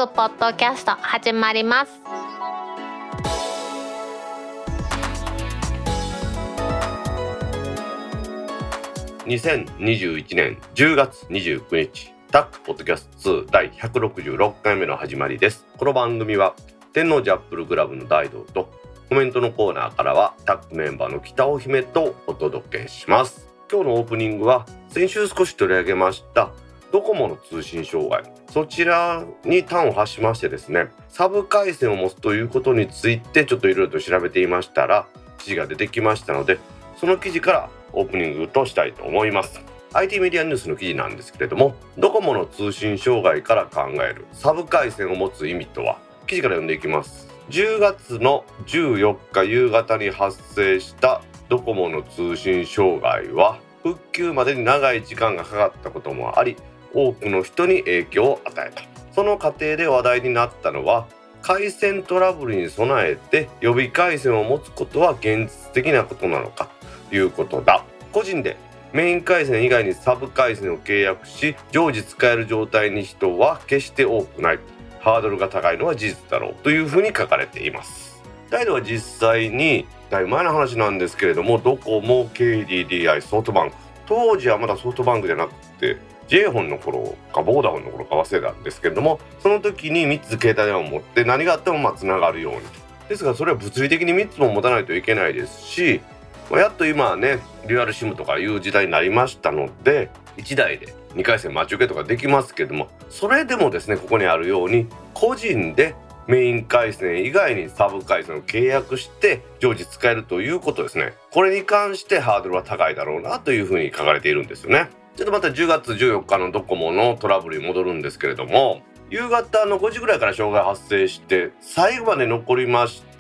クポッドキャスト始まります。 2021年10月29日タックポッドキャスト2第166回目の始まりです。この番組は天王寺アップルクラブの大道とコメントのコーナーからはタックメンバーの北尾姫とお届けします。今日のオープニングは先週少し取り上げましたドコモの通信障害、そちらに端を発しましてですね、サブ回線を持つということについてちょっといろいろと調べていましたら記事が出てきましたので、その記事からオープニングとしたいと思います。 IT メディアニュースの記事なんですけれども、ドコモの通信障害から考えるサブ回線を持つ意味とは、記事から読んでいきます。10月の14日夕方に発生したドコモの通信障害は復旧までに長い時間がかかったこともあり、多くの人に影響を与えた。その過程で話題になったのは、回線トラブルに備えて予備回線を持つことは現実的なことなのかということだ。個人でメイン回線以外にサブ回線を契約し常時使える状態に人は決して多くない。ハードルが高いのは事実だろうというふうに書かれています。タイでは実際にだいぶ前の話なんですけれども、ドコモ、KDDI、ソフトバンク、当時はまだソフトバンクじゃなくてJ フォンの頃かボーダフォンの頃か忘れたんですけれども、その時に3つ携帯電話を持って何があってもつながるように。ですがそれは物理的に3つも持たないといけないですし、やっと今はねデュアル SIM とかいう時代になりましたので1台で2回線待ち受けとかできますけども、それでもですね、ここにあるように個人でメイン回線以外にサブ回線を契約して常時使えるということですね。これに関してハードルは高いだろうなというふうに書かれているんですよね。ちょっとまた10月14日のドコモのトラブルに戻るんですけれども、夕方の5時ぐらいから障害発生して最後まで残りました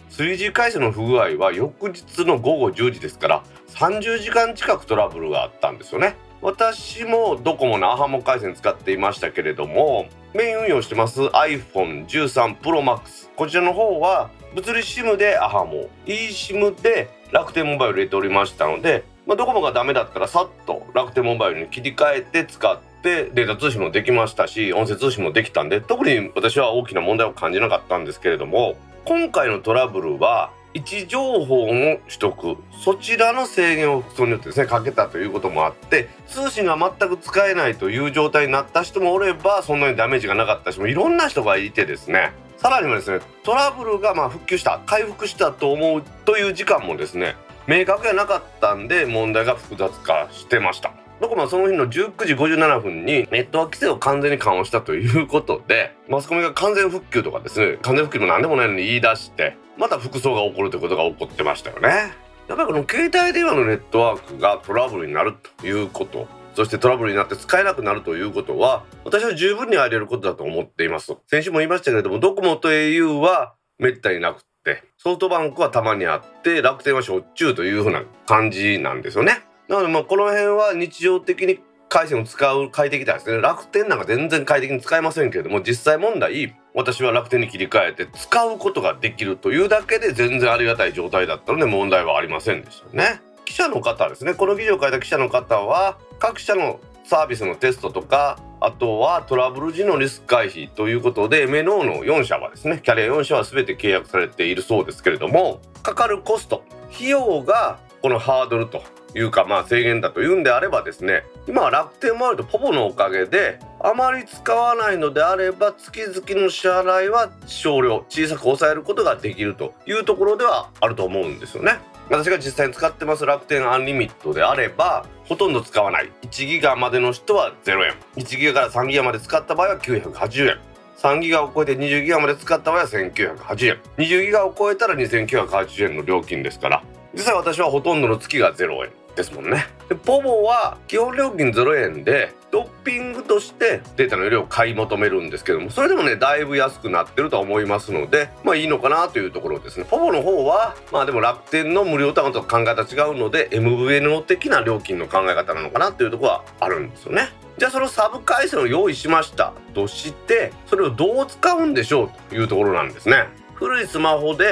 3G 回線の不具合は翌日の午後10時ですから30時間近くトラブルがあったんですよね。私もドコモのアハモ回線使っていましたけれども、メイン運用してます iPhone13 Pro Max、 こちらの方は物理 SIM でアハモ、 eSIM で楽天モバイル入れておりましたので、ドコモがダメだったらさっと楽天モバイルに切り替えて使ってデータ通信もできましたし音声通信もできたんで、特に私は大きな問題を感じなかったんですけれども、今回のトラブルは位置情報の取得、そちらの制限を服装によってですねかけたということもあって、通信が全く使えないという状態になった人もおれば、そんなにダメージがなかった人もいろんな人がいてですね、さらにはですねトラブルが復旧した回復したと思うという時間もですね明確じゃなかったんで問題が複雑化してました。ドコモはその日の19時57分にネットワーク規制を完全に緩和したということで、マスコミが完全復旧とかですね、完全復旧も何でもないのに言い出してまた複層が起こるということが起こってましたよね。やっぱりこの携帯電話のネットワークがトラブルになるということ、そしてトラブルになって使えなくなるということは私は十分にあり得ることだと思っています。先週も言いましたけれども、ドコモと au はめったになくて、ソフトバンクはたまにあって楽天はしょっちゅうという風な感じなんですよね。なのでこの辺は日常的に回線を使う快適さですね。楽天なんか全然快適に使えませんけれども、実際問題私は楽天に切り替えて使うことができるというだけで全然ありがたい状態だったので問題はありませんでしたね。記者の方ですね、この記事を書いた記者の方は各社のサービスのテストとか、あとはトラブル時のリスク回避ということで MNO の4社はですね、キャリア4社は全て契約されているそうですけれども、かかるコスト、費用がこのハードルというか制限だというんであればですね、今は楽天モバイルとポボのおかげであまり使わないのであれば月々の支払いは少量小さく抑えることができるというところではあると思うんですよね。私が実際に使ってます楽天アンリミットであればほとんど使わない1ギガまでの人は0円、1ギガから3ギガまで使った場合は980円、3ギガを超えて20ギガまで使った場合は1980円、20ギガを超えたら2980円の料金ですから、実際私はほとんどの月が0円ですもんね。でポボは基本料金0円でトッピングとしてデータの容量を買い求めるんですけども、それでもねだいぶ安くなってるとは思いますのでいいのかなというところですね。ポボの方はでも楽天の無料端末と考え方違うので MVNO 的な料金の考え方なのかなというところはあるんですよね。じゃあそのサブ回線を用意しましたとして、それをどう使うんでしょうというところなんですね。古いスマホで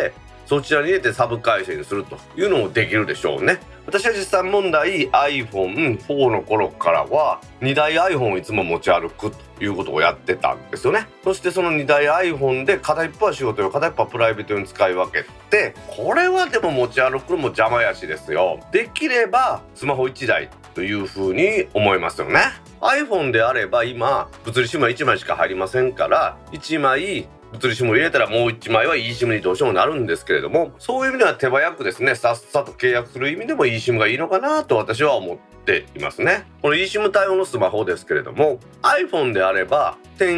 そちらに入れてサブ回線にするというのもできるでしょうね。私は実際問題 iPhone4 の頃からは2台 iPhone をいつも持ち歩くということをやってたんですよね。そしてその2台 iPhone で片一方は仕事用、片一方はプライベート用に使い分けて、これはでも持ち歩くのも邪魔やしですよ。できればスマホ1台というふうに思いますよね。 iPhone であれば今物理 SIM は1枚しか入りませんから、1枚物理 SIM を入れたらもう1枚は eSIM にどうしてもなるんですけれども、そういう意味では手早くですね、さっさと契約する意味でも eSIM がいいのかなと私は思っていますね。この eSIM 対応のスマホですけれども、 iPhone であれば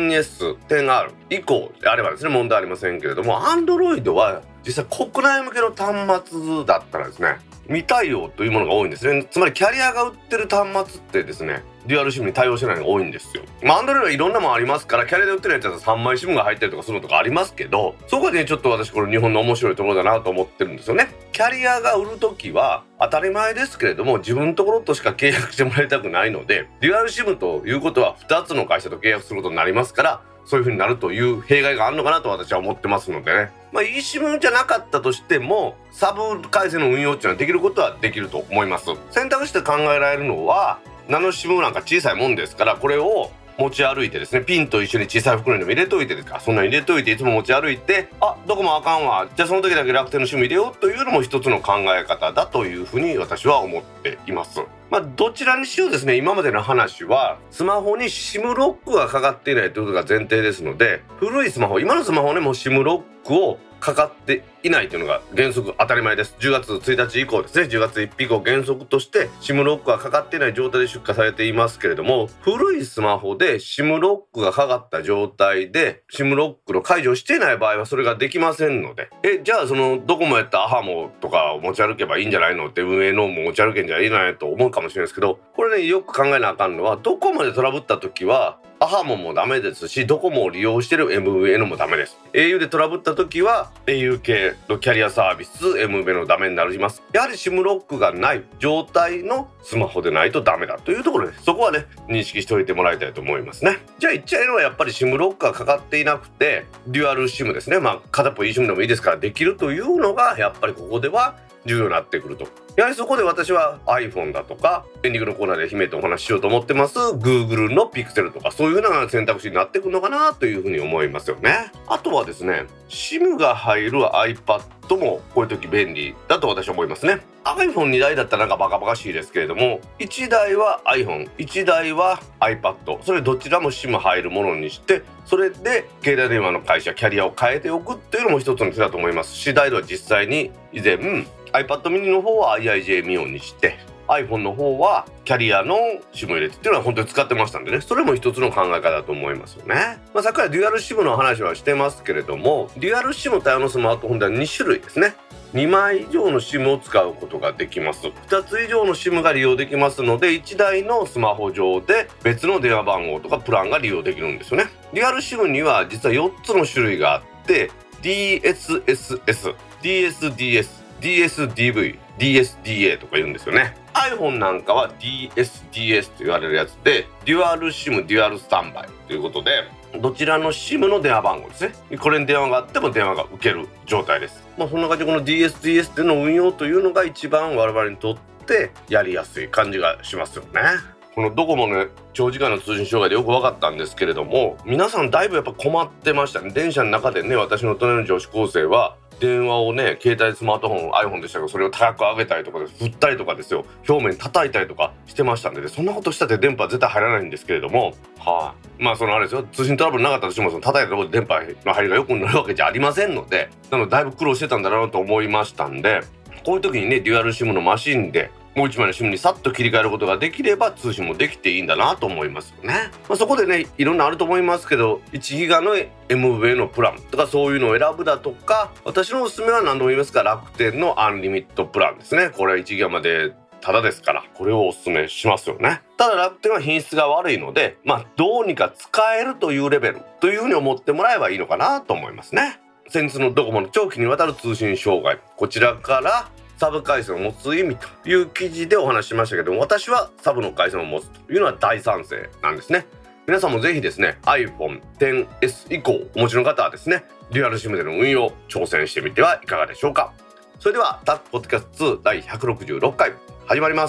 10S、10R 以降であればですね問題ありませんけれども、 Android は実際国内向けの端末だったらですね未対応というものが多いんですね。つまりキャリアが売ってる端末ってですねデュアル SIM に対応してないのが多いんですよ。Android はいろんなもんありますから、キャリアで売ってるやつだと3枚 SIM が入ったりとかするのとかありますけど、そこでねちょっと私これ日本の面白いところだなと思ってるんですよね。キャリアが売るときは当たり前ですけれども自分のところとしか契約してもらいたくないので、デュアル SIM ということは2つの会社と契約することになりますから、そういう風になるという弊害があるのかなと私は思ってますのでね、eSIM じゃなかったとしてもサブ回線の運用っていうのはできることはできると思います。選択して考えられるのはナノ SIM なんか小さいもんですから、これを持ち歩いてですね、ピンと一緒に小さい袋にでも入れといてですか、そんな入れといていつも持ち歩いて、どこもあかんわ、じゃあその時だけ楽天の SIM 入れようというのも一つの考え方だというふうに私は思っています。どちらにしようですね、今までの話はスマホに SIM ロックがかかっていないということが前提ですので、古いスマホ、今のスマホねもう SIM ロックをかかっていないというのが原則当たり前です。10月1日以降ですね、10月1日以降原則として SIM ロックがかかっていない状態で出荷されていますけれども、古いスマホで SIM ロックがかかった状態で SIM ロックの解除をしていない場合はそれができませんので、じゃあそのドコモやったアハモとかを持ち歩けばいいんじゃないのって、運営のも持ち歩けんじゃいないと思うかもしれないですけど、これねよく考えなあかんのは、ドコモでトラブった時はアハモもダメですし、ドコモを利用している MVN もダメです。 au でトラブった時は au 系のキャリアサービス MVN のダメになります。やはり SIM ロックがない状態のスマホでないとダメだというところです。そこはね認識しておいてもらいたいと思いますね。じゃあ言っちゃえるのはやっぱり SIM ロックがかかっていなくてデュアル SIM ですね、片っぽ eSIM でもいいですからできるというのがやっぱりここでは重要になってくると。やはりそこで私は iPhone だとかエンディングのコーナーで姫とお話ししようと思ってます Google の Pixel とか、そういう風な選択肢になってくるのかなというふうに思いますよね。あとはですね SIM が入る iPad もこういう時便利だと私は思いますね。 iPhone2 台だったらなんかバカバカしいですけれども、1台は iPhone、 1台は iPad、 それどちらも SIM 入るものにして、それで携帯電話の会社キャリアを変えておくっていうのも一つの手だと思いますし、大度は実際に以前iPad mini の方は IIJ ミオンにして iPhone の方はキャリアの SIM 入れてっていうのは本当に使ってましたんでね、それも一つの考え方だと思いますよね。さっきからデュアル SIM の話はしてますけれども、デュアル SIM 対応のスマートフォンでは2種類ですね。2枚以上の SIM を使うことができます。2つ以上の SIM が利用できますので、1台のスマホ上で別の電話番号とかプランが利用できるんですよね。デュアル SIM には実は4つの種類があって、 DSSS、 DSDS、DSDV、DSDA とか言うんですよね。 iPhone なんかは DSDS と言われるやつで、デュアル SIM、デュアルスタンバイということで、どちらの SIM の電話番号ですね、これに電話があっても電話が受ける状態です。そんな感じでこの DSDS での運用というのが一番我々にとってやりやすい感じがしますよね。このドコモの長時間の通信障害でよく分かったんですけれども、皆さんだいぶやっぱ困ってましたね。電車の中でね、私の隣の女子高生は電話をね、携帯スマートフォン iPhone でしたけど、それを高く上げたりとかで振ったりとかですよ、表面叩いたりとかしてましたんで、そんなことしたって電波は絶対入らないんですけれども、そのあれですよ、通信トラブルなかったとしてもその叩いたところで電波の入りが良くなるわけじゃありませんので、だいぶ苦労してたんだなと思いましたんで、こういう時にねデュアル SIM のマシンでもう一枚の SIM にさっと切り替えることができれば通信もできていいんだなと思いますよね。そこでねいろんなあると思いますけど、1ギガの MVA のプランとかそういうのを選ぶだとか、私のおすすめは何度も言いますが楽天のアンリミットプランですね。これは1ギガまでただですから、これをおすすめしますよね。ただ楽天は品質が悪いので、どうにか使えるというレベルというふうに思ってもらえばいいのかなと思いますね。先日のドコモの長期にわたる通信障害、こちらからサブ回線を持つ意味という記事でお話ししましたけども、私はサブの回線を持つというのは大賛成なんですね。 皆さんもぜひですね iPhone XS 以降お持ちの方はですねデュアル SIM での運用挑戦してみてはいかがでしょうか。それではタックポッドキャスト2第166回始まります。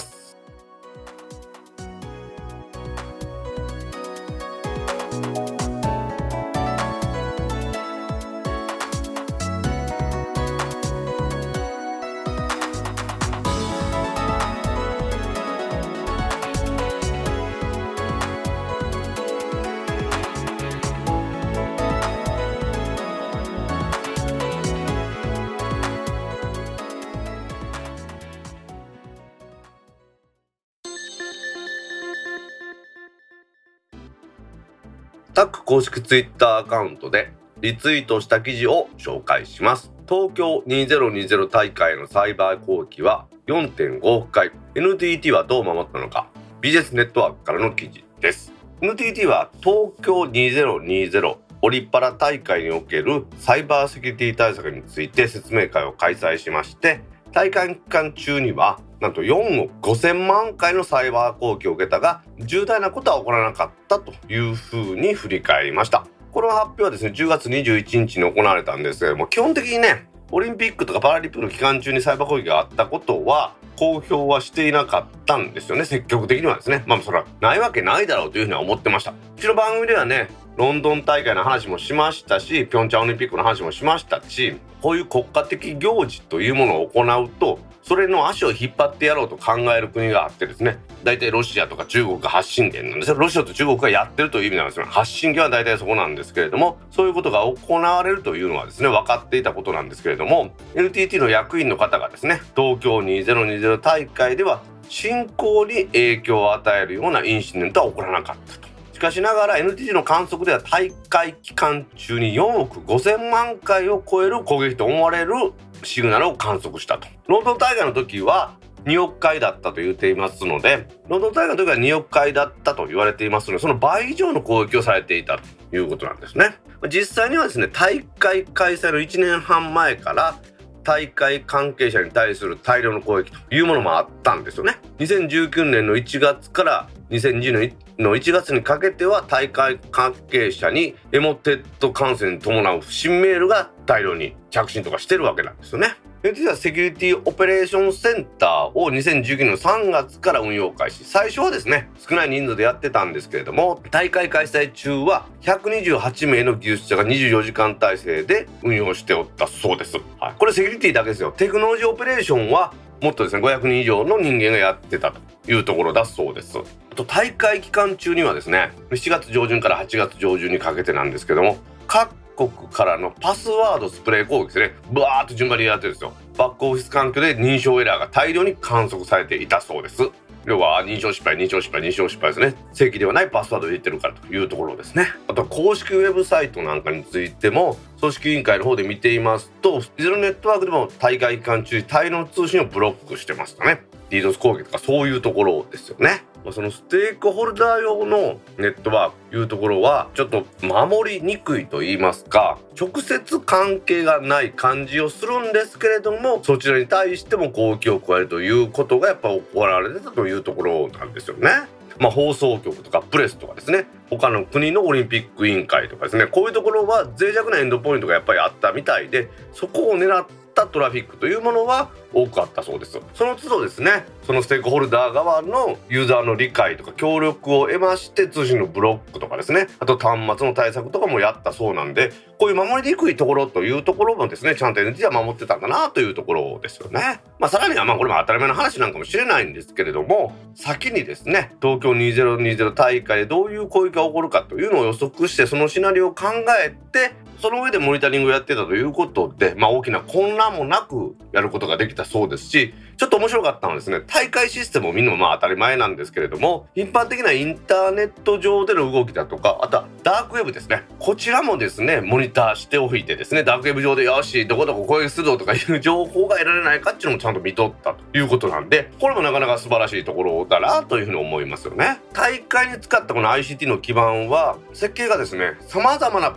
タック公式ツイッターアカウントでリツイートした記事を紹介します。東京2020大会のサイバー攻撃は 4.5 億回 NTT はどう守ったのか、ビジネスネットワークからの記事です。 NTT は東京2020オリパラ大会におけるサイバーセキュリティ対策について説明会を開催しまして、大会期間中にはなんと4億5000万回のサイバー攻撃を受けたが重大なことは起こらなかったというふうに振り返りました。この発表はですね10月21日に行われたんですけども、基本的にねオリンピックとかパラリンピックの期間中にサイバー攻撃があったことは公表はしていなかったんですよね。積極的にはですね、それはないわけないだろうというふうには思ってました。うちの番組ではねロンドン大会の話もしましたし、ピョンチャンオリンピックの話もしましたし、こういう国家的行事というものを行うとそれの足を引っ張ってやろうと考える国があってですね、大体ロシアとか中国が発信源なんですよ。ロシアと中国がやってるという意味なんですよ。発信源は大体そこなんですけれども、そういうことが行われるというのはですね分かっていたことなんですけれども、 NTT の役員の方がですね東京2020大会では振興に影響を与えるようなインシデントは起こらなかったと。しかしながら NTT の観測では大会期間中に4億5000万回を超える攻撃と思われるシグナルを観測したと。ロンドン大会の時は2億回だったと言っていますので、ロンドン大会の時は2億回だったと言われていますので、その倍以上の攻撃をされていたということなんですね。実際にはですね大会開催の1年半前から大会関係者に対する大量の攻撃というものもあったんですよね。2019年の1月から2020年の1月にかけては大会関係者にエモテット感染に伴う不審メールが大量に着信とかしてるわけなんですよね。実はセキュリティオペレーションセンターを2019年の3月から運用開始。最初はですね少ない人数でやってたんですけれども、大会開催中は128名の技術者が24時間体制で運用しておったそうです。これセキュリティだけですよ。テクノロジーオペレーションはもっとですね500人以上の人間がやってたというところだそうです。あと大会期間中にはですね7月上旬から8月上旬にかけてなんですけども、各国からのパスワードスプレー攻撃ですね、ブワーッと順番にやってるんですよ。バックオフィス環境で認証エラーが大量に観測されていたそうです。要は認証失敗ですね。正規ではないパスワードを入れてるからというところですね。あと公式ウェブサイトなんかについても組織委員会の方で見ていますと、いずれのネットワークでも大会期間中に大量の通信をブロックしてましたね。DDoS 攻撃とかそういうところですよね。そのステークホルダー用のネットワークというところはちょっと守りにくいと言いますか、直接関係がない感じをするんですけれども、そちらに対しても攻撃を加えるということがやっぱ行われてたというところなんですよね。放送局とかプレスとかですね、他の国のオリンピック委員会とかですね、こういうところは脆弱なエンドポイントがやっぱりあったみたいで、そこを狙ったトラフィックというものは多くあったそうです。その都度ですね、そのステークホルダー側のユーザーの理解とか協力を得まして通信のブロックとかですね、あと端末の対策とかもやったそうなんで、こういう守りにくいところというところもですねちゃんと NTT は守ってたんだなというところですよね。さらにはこれも当たり前の話なんかもしれないんですけれども、先にですね東京2020大会でどういう攻撃が起こるかというのを予測して、そのシナリオを考えてその上でモニタリングをやってたということで、大きな混乱もなくやることができたそうですし、ちょっと面白かったのはですね、大会システムを見るのも当たり前なんですけれども、一般的なインターネット上での動きだとか、あとはダークウェブですね、こちらもですねモニターしておいてですね、ダークウェブ上でよしどこどこ攻撃するぞとかいう情報が得られないかっていうのもちゃんと見とったということなんで、これもなかなか素晴らしいところだなというふうに思いますよね。大会に使ったこの ICT の基盤は設計がですね様々なプロバイ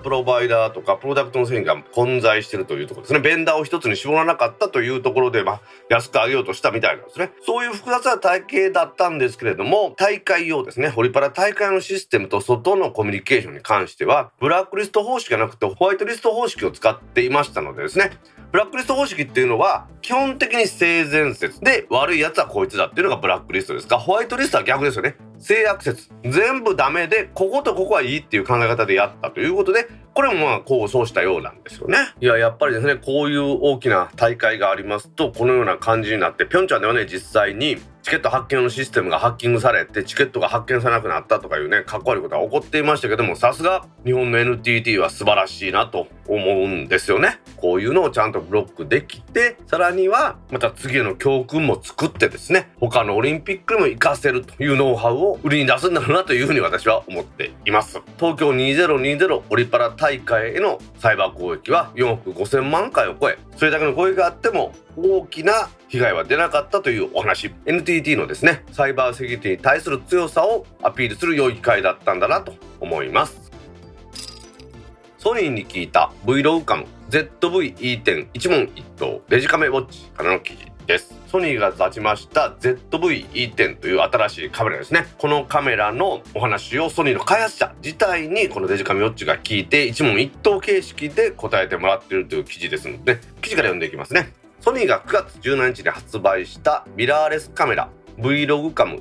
イダーとかプロダクトの繊維が混在しているというところですね。ベンダーを一つに絞らなかったというところで、安く上げようとしたみたいなんですね。そういう複雑な体系だったんですけれども、大会用ですね、ホリパラ大会のシステムと外のコミュニケーションに関してはブラックリスト方式がなくてホワイトリスト方式を使っていましたのでですね、ブラックリスト方式っていうのは基本的に性善説で、悪いやつはこいつだっていうのがブラックリストですが、ホワイトリストは逆ですよね。性悪説、全部ダメでこことここはいいっていう考え方でやったということで、これもこうそうしたようなんですよね。やっぱりですね、こういう大きな大会がありますとこのような感じになって、ピョンチャンではね、実際にチケット発券のシステムがハッキングされてチケットが発券されなくなったとかいうね、かっこ悪いことが起こっていましたけども、さすが日本の NTT は素晴らしいなと思うんですよね。こういうのをちゃんとブロックできて、さらにはまた次への教訓も作ってですね、他のオリンピックにも活かせるというノウハウを売りに出すんだろうなというふうに私は思っています。東京2020オリパラ大会へのサイバー攻撃は4億5000万回を超え、それだけの攻撃があっても大きな被害は出なかったというお話。 NTT のですね、サイバーセキュリティに対する強さをアピールする良い機会だったんだなと思います。ソニーに聞いた Vlogcam ZV-E10 一問一答デジカメウォッチからの記事です。ソニーが出しました ZV-E10 という新しいカメラですね。このカメラのお話をソニーの開発者自体にこのデジカメウォッチが聞いて、一問一答形式で答えてもらっているという記事ですので、記事から読んでいきますね。ソニーが9月17日に発売したミラーレスカメラ Vlogcam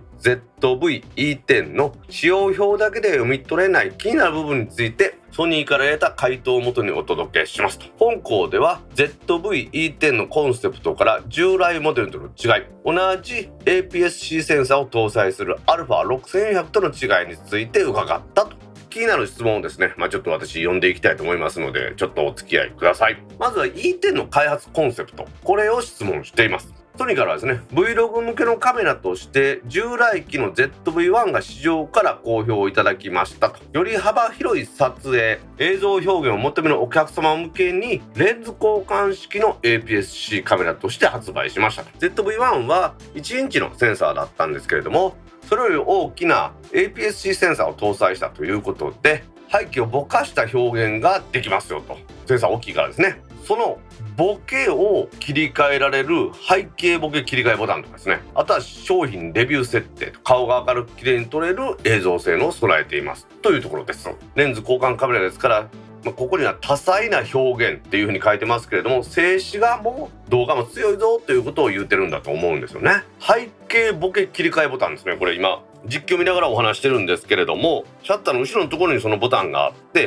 ZV-E10 の使用表だけで読み取れない気になる部分について、ソニーから得た回答をもとにお届けしますと。本校では ZV-E10 のコンセプトから従来モデルとの違い、同じ APS-C センサーを搭載する α6400 との違いについて伺ったと。気になる質問をですね、ちょっと私読んでいきたいと思いますので、ちょっとお付き合いください。まずは E10 の開発コンセプト、これを質問しています。ソニーからはですね、 Vlog 向けのカメラとして従来機の ZV-1 が市場から好評いただきましたと。より幅広い撮影映像表現を求めるお客様向けにレンズ交換式の APS-C カメラとして発売しましたと。 ZV-1 は1インチのセンサーだったんですけれども、それより大きな APS-C センサーを搭載したということで、背景をぼかした表現ができますよと。センサー大きいからですね。そのボケを切り替えられる背景ボケ切り替えボタンとかですね、あとは商品レビュー設定、顔が明るく綺麗に撮れる映像性能を備えていますというところです。レンズ交換カメラですから、ここには多彩な表現っていう風に書いてますけれども、静止画も動画も強いぞということを言ってるんだと思うんですよね。背景ボケ切り替えボタンですね。これ今実況見ながらお話してるんですけれども、シャッターの後ろのところにそのボタンがあって、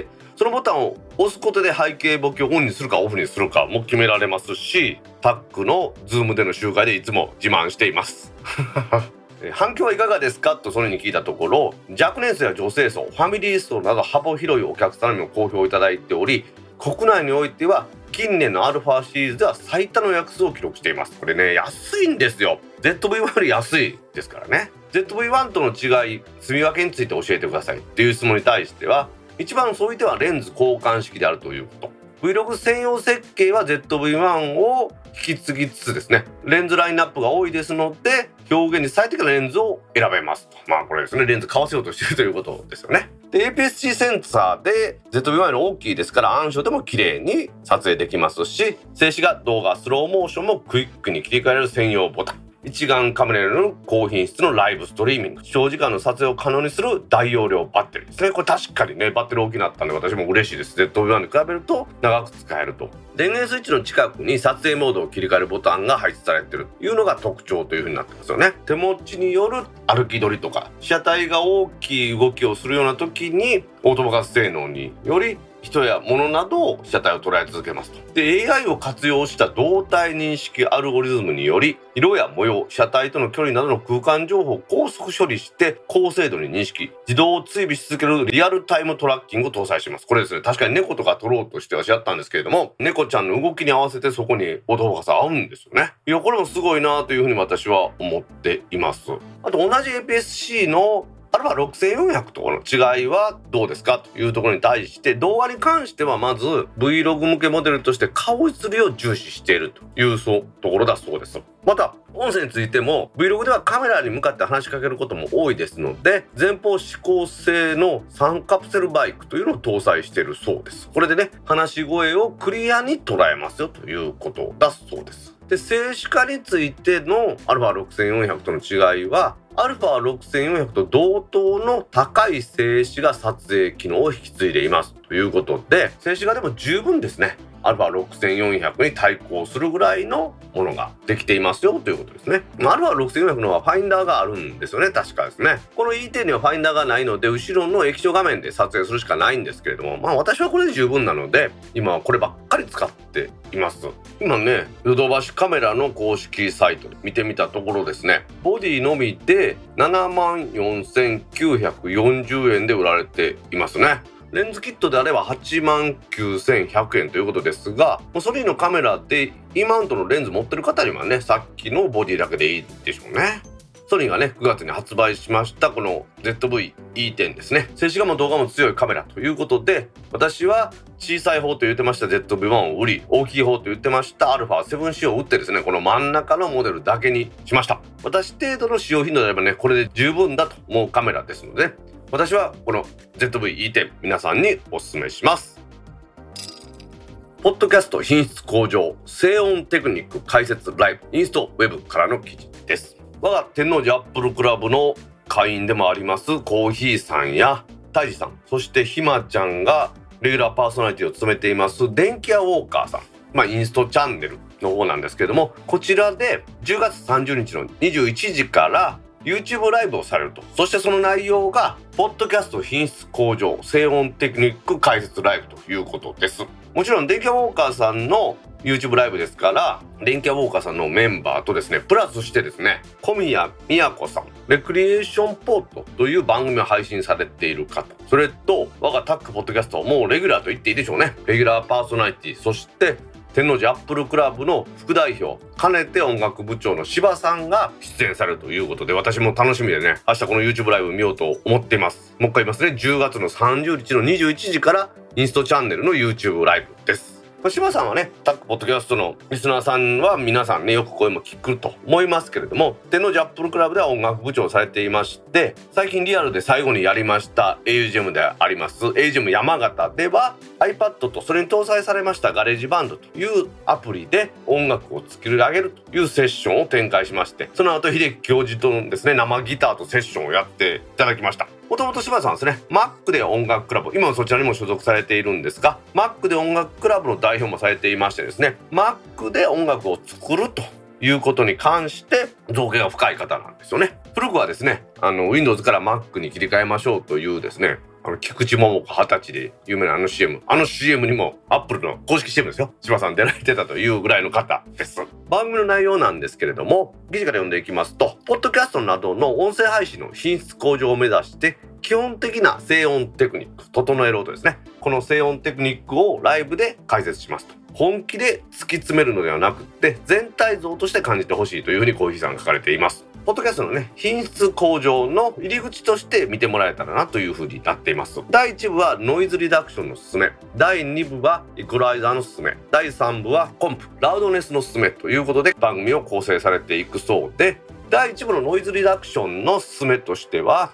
そのボタンを押すことで背景ボケをオンにするかオフにするかも決められますし、タックのズームでの集会でいつも自慢しています反響はいかがですかとソニーに聞いたところ、若年層や女性層、ファミリー層など幅広いお客様にも好評いただいており、国内においては近年のアルファシリーズでは最多の予約数を記録しています。これね、安いんですよ。 ZV-1 より安いですからね。 ZV-1 との違い、住み分けについて教えてくださいっていう質問に対しては、一番そういてはレンズ交換式であるということ。 Vlog 専用設計は ZV-1 を引き継ぎつつですね、レンズラインナップが多いですので表現に最適なレンズを選べますと。これですね、レンズ買わせようとしているということですよね。で APS-C センサーで ZV-1 より大きいですから、暗所でも綺麗に撮影できますし、静止画、動画、スローモーションもクイックに切り替えられる専用ボタン、一眼カメラの高品質のライブストリーミング、長時間の撮影を可能にする大容量バッテリーですね。これ確かにね、バッテリー大きくなったんで私も嬉しいです。 ZV-1 に比べると長く使えると。電源スイッチの近くに撮影モードを切り替えるボタンが配置されているというのが特徴という風になってますよね。手持ちによる歩き取りとか被写体が大きい動きをするような時にオートフォーカス性能により人や物などを被写体を捉え続けますと。で AI を活用した動体認識アルゴリズムにより、色や模様、被写体との距離などの空間情報を高速処理して高精度に認識、自動追尾し続けるリアルタイムトラッキングを搭載します。これですね、確かに猫とか撮ろうとしてはやったんですけれども、猫ちゃんの動きに合わせてそこにオートフォーカス合うんですよね。いや、これもすごいなというふうに私は思っています。あと同じ APS-C の α6400 との違いはどうですかというところに対して、動画に関してはまず Vlog 向けモデルとして顔写りを重視しているというところだそうです。また音声についても Vlog ではカメラに向かって話しかけることも多いですので、前方指向性の3カプセルバイクというのを搭載しているそうです。これでね、話し声をクリアに捉えますよということだそうです。で、静止画についての α6400 との違いは、α6400 と同等の高い静止画撮影機能を引き継いでいますということで、静止画でも十分ですね、α6400 に対抗するぐらいのものができていますよということですね。α6400 のはファインダーがあるんですよね、確かですね。この E10 にはファインダーがないので、後ろの液晶画面で撮影するしかないんですけれども、私はこれで十分なので、今はこればっかり使っています。今ね、ヨドバシカメラの公式サイトで見てみたところですね、ボディのみで74,940円で売られていますね。レンズキットであれば89,100円ということですが、ソニーのカメラで E マウントのレンズ持ってる方にはね、さっきのボディだけでいいでしょうね。ソニーがね、9月に発売しましたこの ZV-E10 ですね。静止画も動画も強いカメラということで、私は小さい方と言ってました ZV-1 を売り、大きい方と言ってました α7C を売ってですね、この真ん中のモデルだけにしました。私程度の使用頻度であればね、これで十分だと思うカメラですので、私はこの ZV-E10 皆さんにお勧めします。ポッドキャスト品質向上、静音テクニック解説ライブ、インストウェブからの記事です。我が天王寺アップルクラブの会員でもありますコーヒーさんやタイジさん、そしてひまちゃんがレギュラーパーソナリティを務めています電気屋ウォーカーさん、インストチャンネルの方なんですけれども、こちらで10月30日の21時からYouTube ライブをされると。そしてその内容がポッドキャスト品質向上、静音テクニック解説ライブということです。もちろん電気屋ウォーカーさんの YouTube ライブですから、電気屋ウォーカーさんのメンバーとですね、プラスしてですね、小宮宮子さん、レクリエーションポートという番組を配信されている方、それと我がタックポッドキャスト、もうレギュラーと言っていいでしょうね、レギュラーパーソナリティ、そして天王寺アップルクラブの副代表兼ねて音楽部長の柴さんが出演されるということで、私も楽しみでね、明日この YouTube ライブ見ようと思っています。もう一回言いますね、10月の30日の21時からインストチャンネルの YouTube ライブです。柴さんはね、タックポッドキャストのリスナーさんは皆さんね、よく声も聞くと思いますけれども、天王寺アップルクラブでは音楽部長をされていまして、最近リアルで最後にやりました AUGM であります AUGM 山形では iPad とそれに搭載されましたガレージバンドというアプリで音楽を作り上げるというセッションを展開しまして、その後秀樹教授とのですね、生ギターとセッションをやっていただきました。もともと柴さんですね、Mac で音楽クラブ、今はそちらにも所属されているんですが、Mac で音楽クラブの代表もされていましてですね、Mac で音楽を作るということに関して造形が深い方なんですよね。古くはですね、Windows から Mac に切り替えましょうというですね、菊池桃子20歳で有名なCM にも Apple の公式 CM ですよ、柴さん出られてたというぐらいの方です。番組の内容なんですけれども、記事から読んでいきますと、ポッドキャストなどの音声配信の品質向上を目指して基本的な静音テクニック整えることですね。この静音テクニックをライブで解説しますと。本気で突き詰めるのではなくて、全体像として感じてほしいというふうにコーヒーさんが書かれています。ポッドキャストのね、品質向上の入り口として見てもらえたらなというふうになっています。第1部はノイズリダクションのすすめ、第2部はイコライザーのすすめ、第3部はコンプ、ラウドネスのすすめということで番組を構成されていくそうで、第1部のノイズリダクションのすすめとしては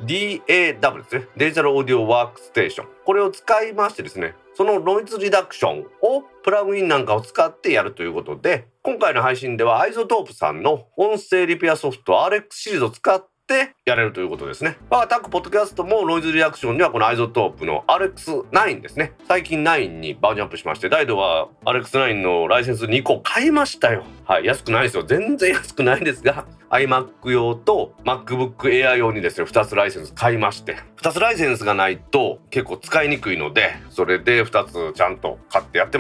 DAW ですね、デジタルオーディオワークステーション、これを使いましてですね、そのノイズリダクションをプラグインなんかを使ってやるということで、今回の配信ではアイゾトープさんの音声リペアソフト RX シリーズを使ってやれるということですね。我がタックポッドキャストもノイズリダクションにはこのアイゾトープの RX9 ですね、最近9にバージョンアップしまして、大度は RX9 のライセンス2個買いましたよ。はい、安くないですよ、全然安くないんですが、 iMac 用と MacBook Air 用にですね、2つライセンス買いまして、2つライセンスがないと結構使いにくいので、それで2つちゃんと買ってやってます。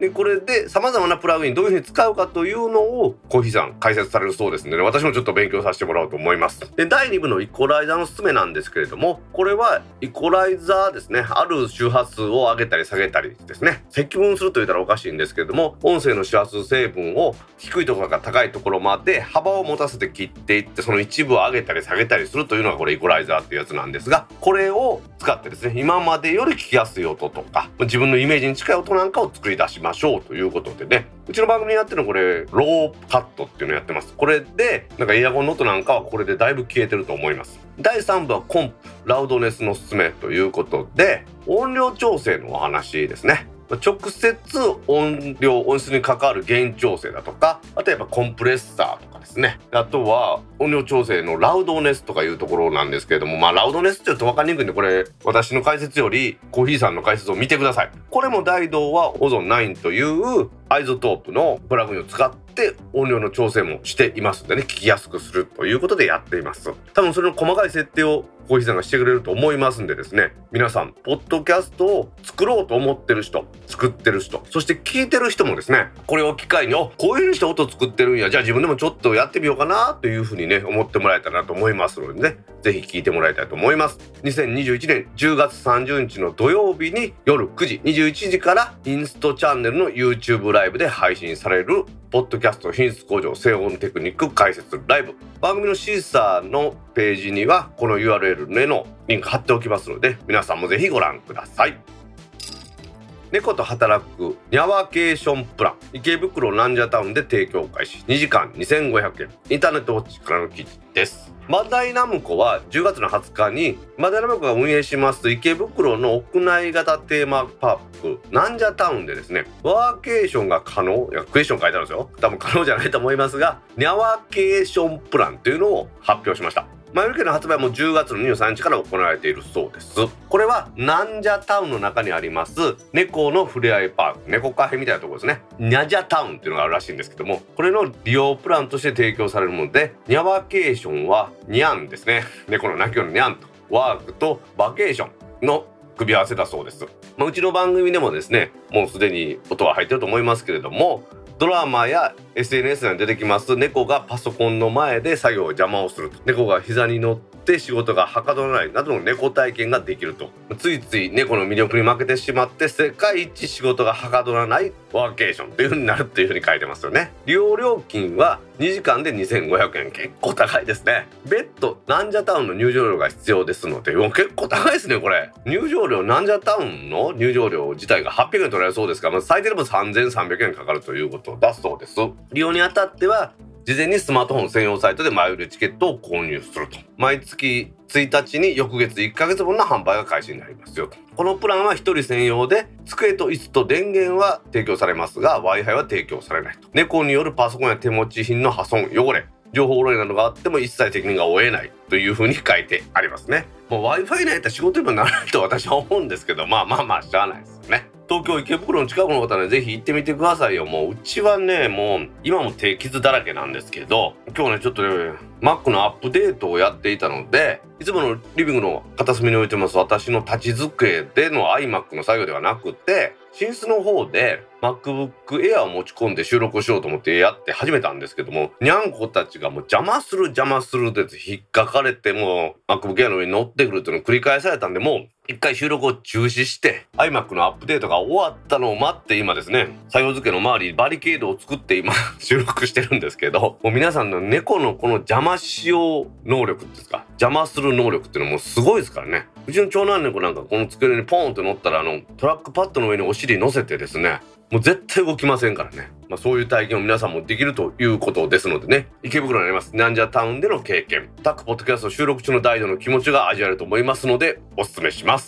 でこれで様々なプラグインどういう風に使うかというのをコーヒーさん解説されるそうですので、ね、私もちょっと勉強させてもらおうと思います。で第2部のイコライザーのおすすめなんですけれども、これはイコライザーですね、ある周波数を上げたり下げたりですね、積分すると言ったらおかしいんですけれども、音声の周波数成分を低いところから高いところまで幅を持たせて切っていって、その一部を上げたり下げたりするというのがこれイコライザーっていうやつなんですが、これを使ってですね、今までより聞きやすい音とか自分のイメージに近い音なんかを作り出しましょうということでね、うちの番組にやってるのこれローカットっていうのをやってます。これでなんかエアコンの音なんかはこれでだいぶ消えてると思います。第3部はコンプラウドネスのおすすめということで、音量調整のお話ですね。直接音量音質に関わるゲイン調整だとか、あとやっぱコンプレッサーとかですね、あとは音量調整のラウドネスとかいうところなんですけれども、ラウドネスって言うと分かりにくいんで、これ私の解説よりコーヒーさんの解説を見てください。これも大道はオゾン9というアイゾトープのプラグインを使って音量の調整もしていますのでね、聞きやすくするということでやっています。多分それの細かい設定をコーヒーさんがしてくれると思いますんでですね、皆さんポッドキャストを作ろうと思ってる人、作ってる人、そして聞いてる人もですね、これを機会にこういう風にして音作ってるんや、じゃあ自分でもちょっとやってみようかなという風にね思ってもらえたらなと思いますのでね、ぜひ聞いてもらいたいと思います。2021年10月30日の土曜日に夜9時21時からインストチャンネルの YouTube ライブで配信されるポッドキャスト品質向上静音テクニック解説ライブ、番組のシーサーのページにはこの URL へのリンク貼っておきますので、皆さんもぜひご覧ください。猫と働くニャワケーションプラン、池袋ランジャタウンで提供開始、2時間2500円、インターネットウォッチからの記事です。マダイナムコは10月の20日にマダイナムコが運営します池袋の屋内型テーマパークランジャタウンでですね、ワーケーションが可能、いやクエスチョン書いてあるんですよ、多分可能じゃないと思いますが、ニャワケーションプランというのを発表しました。前売り券の発売も10月の23日から行われているそうです。これはナンジャタウンの中にあります猫のふれあいパーク、猫カフェみたいなところですね、ニャジャタウンっていうのがあるらしいんですけども、これの利用プランとして提供されるもので、ニャワケーションはニャンですね、猫の鳴き声のニャンとワークとバケーションの組み合わせだそうです。うちの番組でもですね、もうすでに音は入ってると思いますけれども、ドラマや SNS に出てきます猫がパソコンの前で作業を邪魔をすると、猫が膝に乗って仕事がはかどらないなどの猫体験ができると、ついつい猫の魅力に負けてしまって世界一仕事がはかどらないワーケーションという風になるっていう風に書いてますよね。利用料金は2時間で2500円、結構高いですね。別途ナンジャタウンの入場料が必要ですので、結構高いですね。これ入場料、ナンジャタウンの入場料自体が800円取られるそうですから、最低でも3300円かかるということだそうです。利用にあたっては事前にスマートフォン専用サイトで前売りチケットを購入すると、毎月1日に翌月1ヶ月分の販売が開始になりますよと。このプランは1人専用で、机と椅子と電源は提供されますが Wi-Fi は提供されないと。猫によるパソコンや手持ち品の破損、汚れ、情報漏洩などがあっても一切責任が負えないという風に書いてありますね。Wi-Fi ないと仕事にもならないと私は思うんですけど、まあしゃあないですよね。東京池袋の近くの方はね、ぜひ行ってみてくださいよ。うちはね、今も低傷だらけなんですけど、今日ねちょっとね Mac のアップデートをやっていたので、いつものリビングの片隅に置いてます私の立ち机での iMac の作業ではなくて、寝室の方で MacBook Air を持ち込んで収録をしようと思ってやって始めたんですけども、にゃんこたちが邪魔するで引っかかれて、MacBook Air の上に乗ってくるっていうのを繰り返されたんで、もう一回収録を中止して iMac のアップデートが終わったのを待って、今ですね作業机の周りにバリケードを作って今収録してるんですけど、皆さんの猫のこの邪魔しよう能力ですか、邪魔する能力っていうのもすごいですからね。うちの長男猫なんかこの机にポーンって乗ったらトラックパッドの上にお尻乗せてですね、もう絶対動きませんからね。そういう体験を皆さんもできるということですのでね、池袋にありますナンジャタウンでの経験、タックポッドキャスト収録中の大度の気持ちが味わえると思いますのでお勧めします。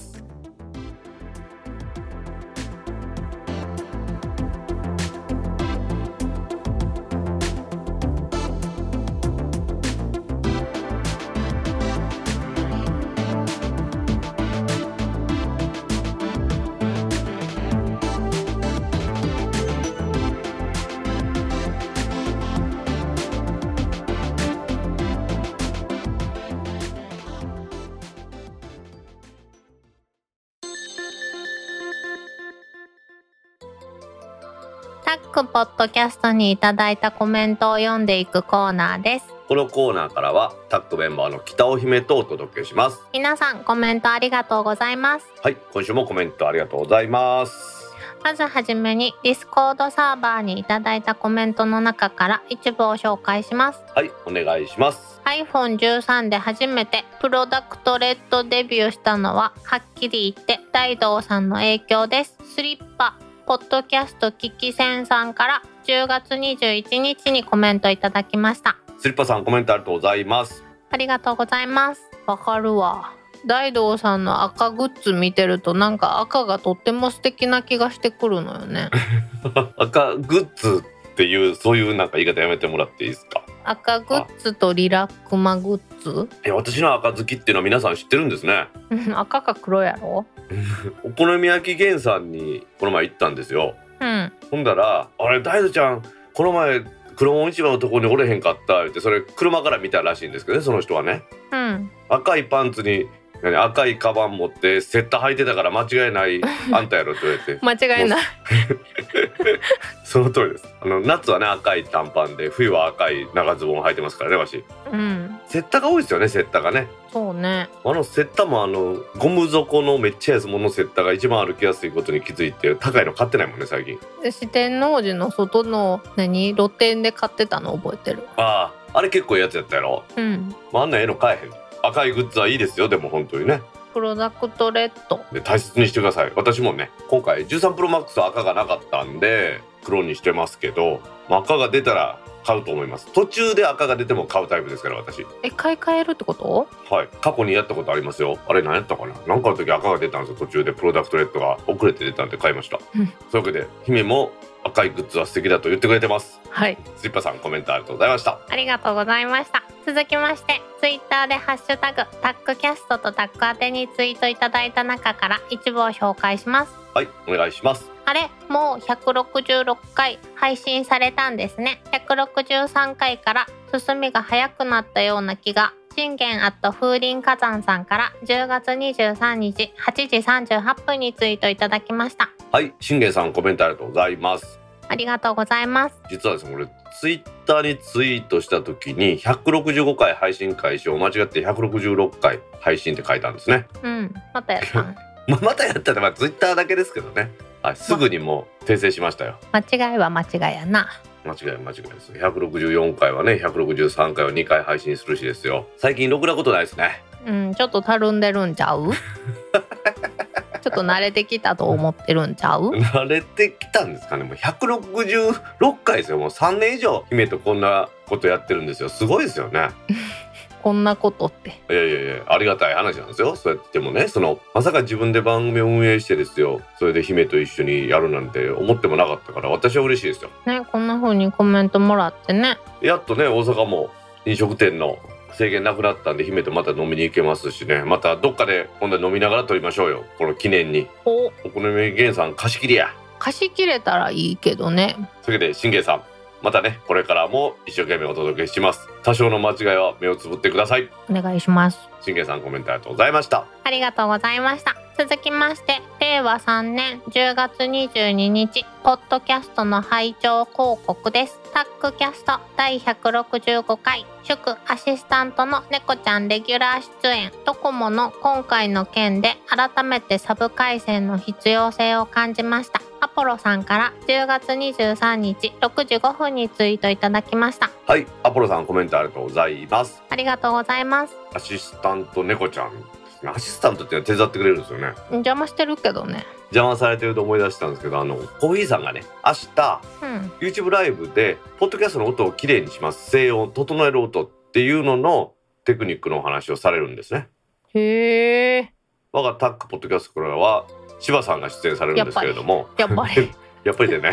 タックポッドキャストにいただいたコメントを読んでいくコーナーです。 このコーナーからはタックメンバーの北尾姫とお届けします。 皆さんコメントありがとうございます。 はい、今週もコメントありがとうございます。 まずはじめにディスコードサーバーにいただいたコメントの中から一部を紹介します。 はい、お願いします。 iPhone13 で初めてプロダクトレッドデビューしたのははっきり言って大道さんの影響です。スリッパポッドキャストキキセンさんから10月21日にコメントいただきました。 スリッパさんコメントありがとうございます。 ありがとうございます。わかるわ。大道さんの赤グッズ見てるとなんか赤がとっても素敵な気がしてくるのよね。 赤グッズっていうそういうなんか言い方やめてもらっていいですか。 赤グッズとリラックマグッズ。 私の赤好きっていうのは皆さん知ってるんですね。 赤か黒やろ。 お好み焼き源さんにこの前行ったんですよ。ほんだらあれ大道ちゃんこの前黒門市場のところにおれへんかったってそれ車から見たらしいんですけどね、その人はね、赤いパンツに赤いカバン持ってセッタ履いてたから間違いないあんたやろって言われて間違いないその通りです。夏はね赤い短パンで冬は赤い長ズボン履いてますからねわし、セッタが多いですよね。セッタがね、 そうね。 セッタもゴム底のめっちゃ安物のセッタが一番歩きやすいことに気づいて高いの買ってないもんね最近。 四天王寺の外の露店で買ってたの覚えてる。 あれ結構いいやつやったやろ。あんな絵の買えへん。赤いグッズはいいですよ。でも本当にねプロダクトレッドで大切にしてください。私もね今回13プロマックスは赤がなかったんで黒にしてますけど、赤が出たら買うと思います。途中で赤が出ても買うタイプですから私。 買い替えるってこと？ はい、過去にやったことありますよ。あれ何やったかな、なんかの時赤が出たんですよ。途中でプロダクトレッドが遅れて出たんで買いました、そういうわけで姫も赤いグッズは素敵だと言ってくれてます。 はい、 スリッパさんコメントありがとうございました。 ありがとうございました。続きましてツイッターでハッシュタグタックキャストとタック宛てにツイートいただいた中から一部を紹介します。 はい、お願いします。 あれもう166回配信されたんですね。163回から進みが早くなったような気が。信玄風林火山さんから10月23日8時38分にツイートいただきました。 はい、信玄さんコメントありがとうございます。 ありがとうございます。 実はですねこれツイッターにツイートした時に165回配信開始を間違って166回配信って書いたんですね。 またやったんまたやったって、ツイッターだけですけどね、すぐにもう訂正しましたよ。 間違いは間違いやな。 間違いです。164回はね163回は2回配信するしですよ。最近ろくなことないですね。 ちょっとたるんでるんちゃうちょっと慣れてきたと思ってるんちゃう慣れてきたんですかね。もう166回ですよ。もう3年以上姫とこんなことやってるんですよ。すごいですよねこんなことって。 いやありがたい話なんですよ。そうやってもねまさか自分で番組を運営してですよ、それで姫と一緒にやるなんて思ってもなかったから私は嬉しいですよね。こんな風にコメントもらってね、 やっとね大阪も飲食店の制限なくなったんで姫とまた飲みに行けますしね、またどっかで今度は飲みながら撮りましょうよ、この記念に。お好み源さん貸し切りや。 貸し切れたらいいけどね。 それで信玄さんまたねこれからも一生懸命お届けします。多少の間違いは目をつぶってください。 お願いします。 信玄さんコメントありがとうございました。 ありがとうございました。続きまして令和3年10月22日ポッドキャストの拝聴広告です。タックキャスト第165回祝アシスタントの猫ちゃんレギュラー出演。ドコモの今回の件で改めてサブ回線の必要性を感じました。アポロさんから10月23日6時5分にツイートいただきました。 はい、アポロさんコメントありがとうございます。 ありがとうございます。 アシスタント猫ちゃんですね。アシスタントっていうのは手伝ってくれるんですよね。 邪魔してるけどね。 邪魔されてると思い出したんですけどコーヒーさんがね明日、YouTube ライブでポッドキャストの音をきれいにします、静音整える音っていうののテクニックのお話をされるんですね。 へー。 我がタックポッドキャストからは柴さんが出演されるんですけれども、 やっぱりやっぱりでね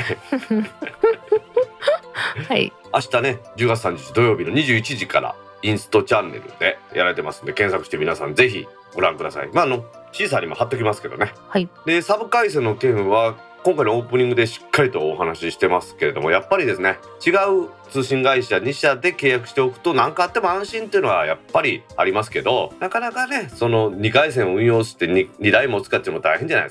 はい、 明日ね10月30日土曜日の21時からインストチャンネルでやられてますんで検索して皆さんぜひご覧ください。小さにも貼っときますけどね。 はい。 でサブ回線の件は今回のオープニングでしっかりとお話ししてますけれども、やっぱりですね違う通信会社2社で契約しておくと何かあっても安心っていうのはやっぱりありますけど、なかなかねその2回線を運用して 2台も使っても大変じゃないですか。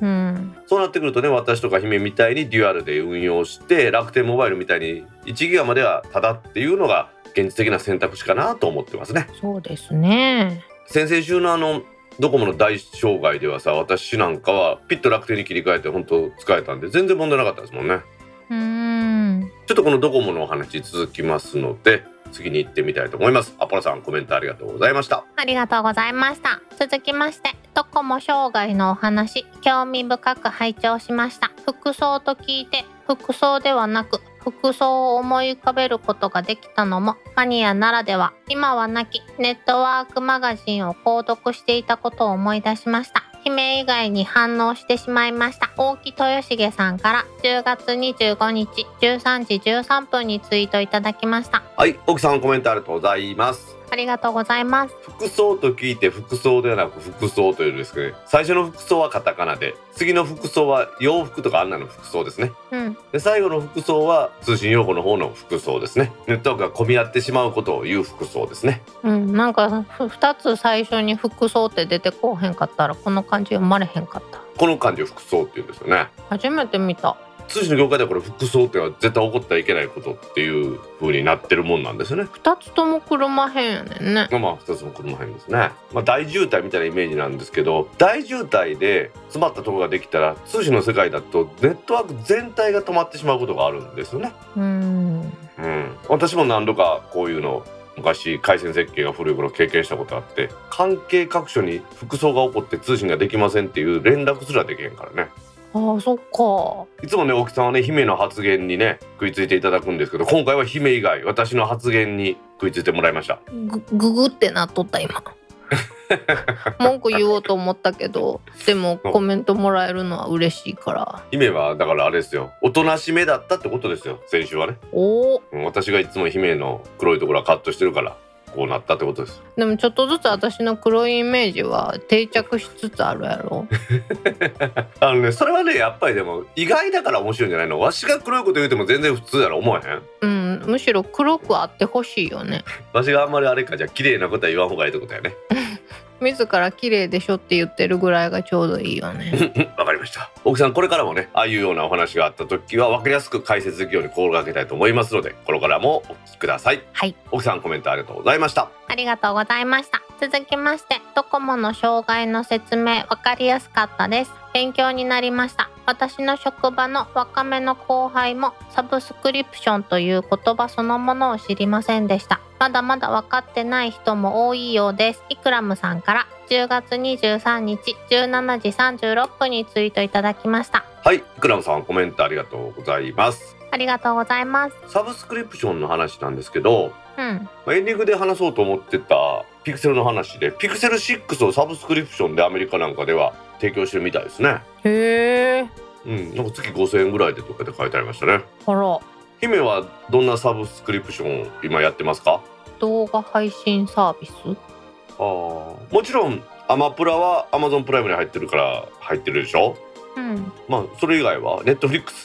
そうなってくるとね、私とか姫みたいにデュアルで運用して楽天モバイルみたいに1ギガまではタダっていうのが現実的な選択肢かなと思ってますね。 そうですね。 先々週のドコモの大障害ではさ、私なんかはピッと楽天に切り替えて本当使えたんで全然問題なかったですもんね。ちょっとこのドコモのお話続きますので次に行ってみたいと思います。アポロさんコメントありがとうございました。 ありがとうございました。続きましてドコモ障害のお話、興味深く拝聴しました。服装と聞いて服装ではなく服装を思い浮かべることができたのもマニアならでは。今はなきネットワークマガジンを購読していたことを思い出しました。姫以外に反応してしまいました。大木豊重さんから10月25日13時13分にツイートいただきました。 はい、大木さんコメントありがとうございます。 ありがとうございます。 服装と聞いて服装ではなく服装というですね、最初の服装はカタカナで、次の服装は洋服とかあんなの服装ですね。で最後の服装は通信用語の方の服装ですね。ネットワークが混み合ってしまうことを言う服装ですね。 なんか2つ最初に服装って出てこうへんかったらこの漢字読まれへんかった。 この漢字を服装って言うんですよね。 初めて見た。 通信の業界ではこれ服装ってのは絶対起こってはいけないことっていう風になってるもんなんですよね。 2つとも車編やねんね。 2つも車編ですね。大渋滞みたいなイメージなんですけど、大渋滞で詰まったところができたら通信の世界だとネットワーク全体が止まってしまうことがあるんですよね。私も何度かこういうの昔回線設計が古い頃経験したことあって、関係各所に服装が起こって通信ができませんっていう連絡すらできへんからね。 ああ、そっか。 いつもね、大木さんはね、姫の発言にね食いついていただくんですけど、今回は姫以外私の発言に食いついてもらいました。 ググってなっとった今文句言おうと思ったけど、でもコメントもらえるのは嬉しいから。 姫はだからあれですよ、おとなしめだったってことですよ、先週はね。私がいつも姫の黒いところはカットしてるからこうなったってことです。 でもちょっとずつ私の黒いイメージは定着しつつあるやろそれはね、やっぱりでも意外だから面白いんじゃないの。わしが黒いこと言うても全然普通やろ、思わへん？ むしろ黒くあってほしいよね。 わしがあんまりあれか、じゃあ綺麗なことは言わん方がいいってことやね自ら綺麗でしょって言ってるぐらいがちょうどいいよねわかりました。奥さん、これからもね、ああいうようなお話があった時は分かりやすく解説できるように心がけたいと思いますので、これからもお聞きください。 はい。 奥さんコメントありがとうございました。 ありがとうございました。続きましてドコモの障害の説明分かりやすかったです。勉強になりました。私の職場の若めの後輩もサブスクリプションという言葉そのものを知りませんでした。まだまだ分かってない人も多いようです。イクラムさんから10月23日17時36分にツイートいただきました。 はい、イクラムさんコメントありがとうございます。 ありがとうございます。 サブスクリプションの話なんですけど、エンディングで話そうと思ってたピクセルの話で、ピクセル6をサブスクリプションでアメリカなんかでは提供してるみたいですね。 へー。なんか月5000円ぐらいでとかで書いてありましたね。 あら。 姫はどんなサブスクリプション今やってますか？ 動画配信サービス？ もちろんアマプラは Amazon プライムに入ってるから入ってるでしょ。それ以外はネットフリックス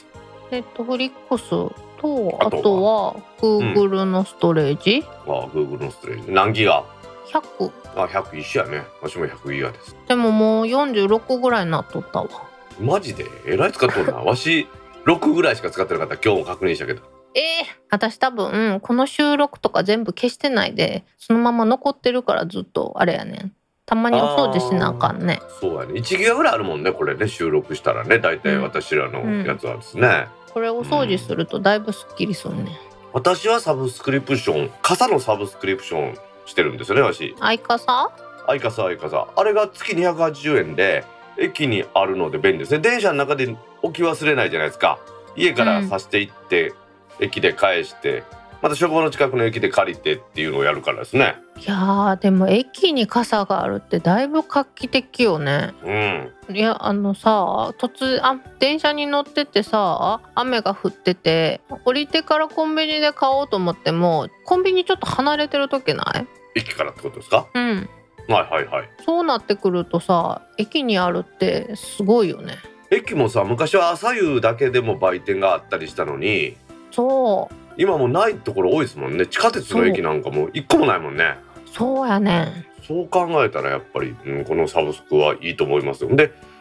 とあとは Google のストレージ。 Google のストレージ何ギガ ？100。 100一緒やね。私も100ギガです。 でももう46ぐらいになっとったわ。 マジでえらい使っとるなわし6ぐらいしか使ってなかった。今日も確認したけど。 私多分この収録とか全部消してないでそのまま残ってるからずっとあれやねん。たまにお掃除しなあかんね。 そうやね。1ギガぐらいあるもんね、これね、収録したらね。だいたい私らのやつはですね、 これお掃除するとだいぶスッキリするね。 私はサブスクリプション、傘のサブスクリプションしてるんですよね、私。 アイカサ。あれが月280円で駅にあるので便利ですね。電車の中で置き忘れないじゃないですか。家からさしていって、駅で返してまた職場の近くの駅で借りてっていうのをやるからですね。 いやでも駅に傘があるってだいぶ画期的よね。いやさ、電車に乗っててさ、雨が降ってて降りてからコンビニで買おうと思ってもコンビニちょっと離れてる時ない？ 駅からってことですか？はいそうなってくるとさ、駅にあるってすごいよね。 駅もさ、昔は朝夕だけでも売店があったりしたのに、 そう今もうないところ多いですもんね。地下鉄の駅なんかも一個もないもんね。 そうやね。 そう考えたらやっぱり、このサブスクはいいと思いますよ。で、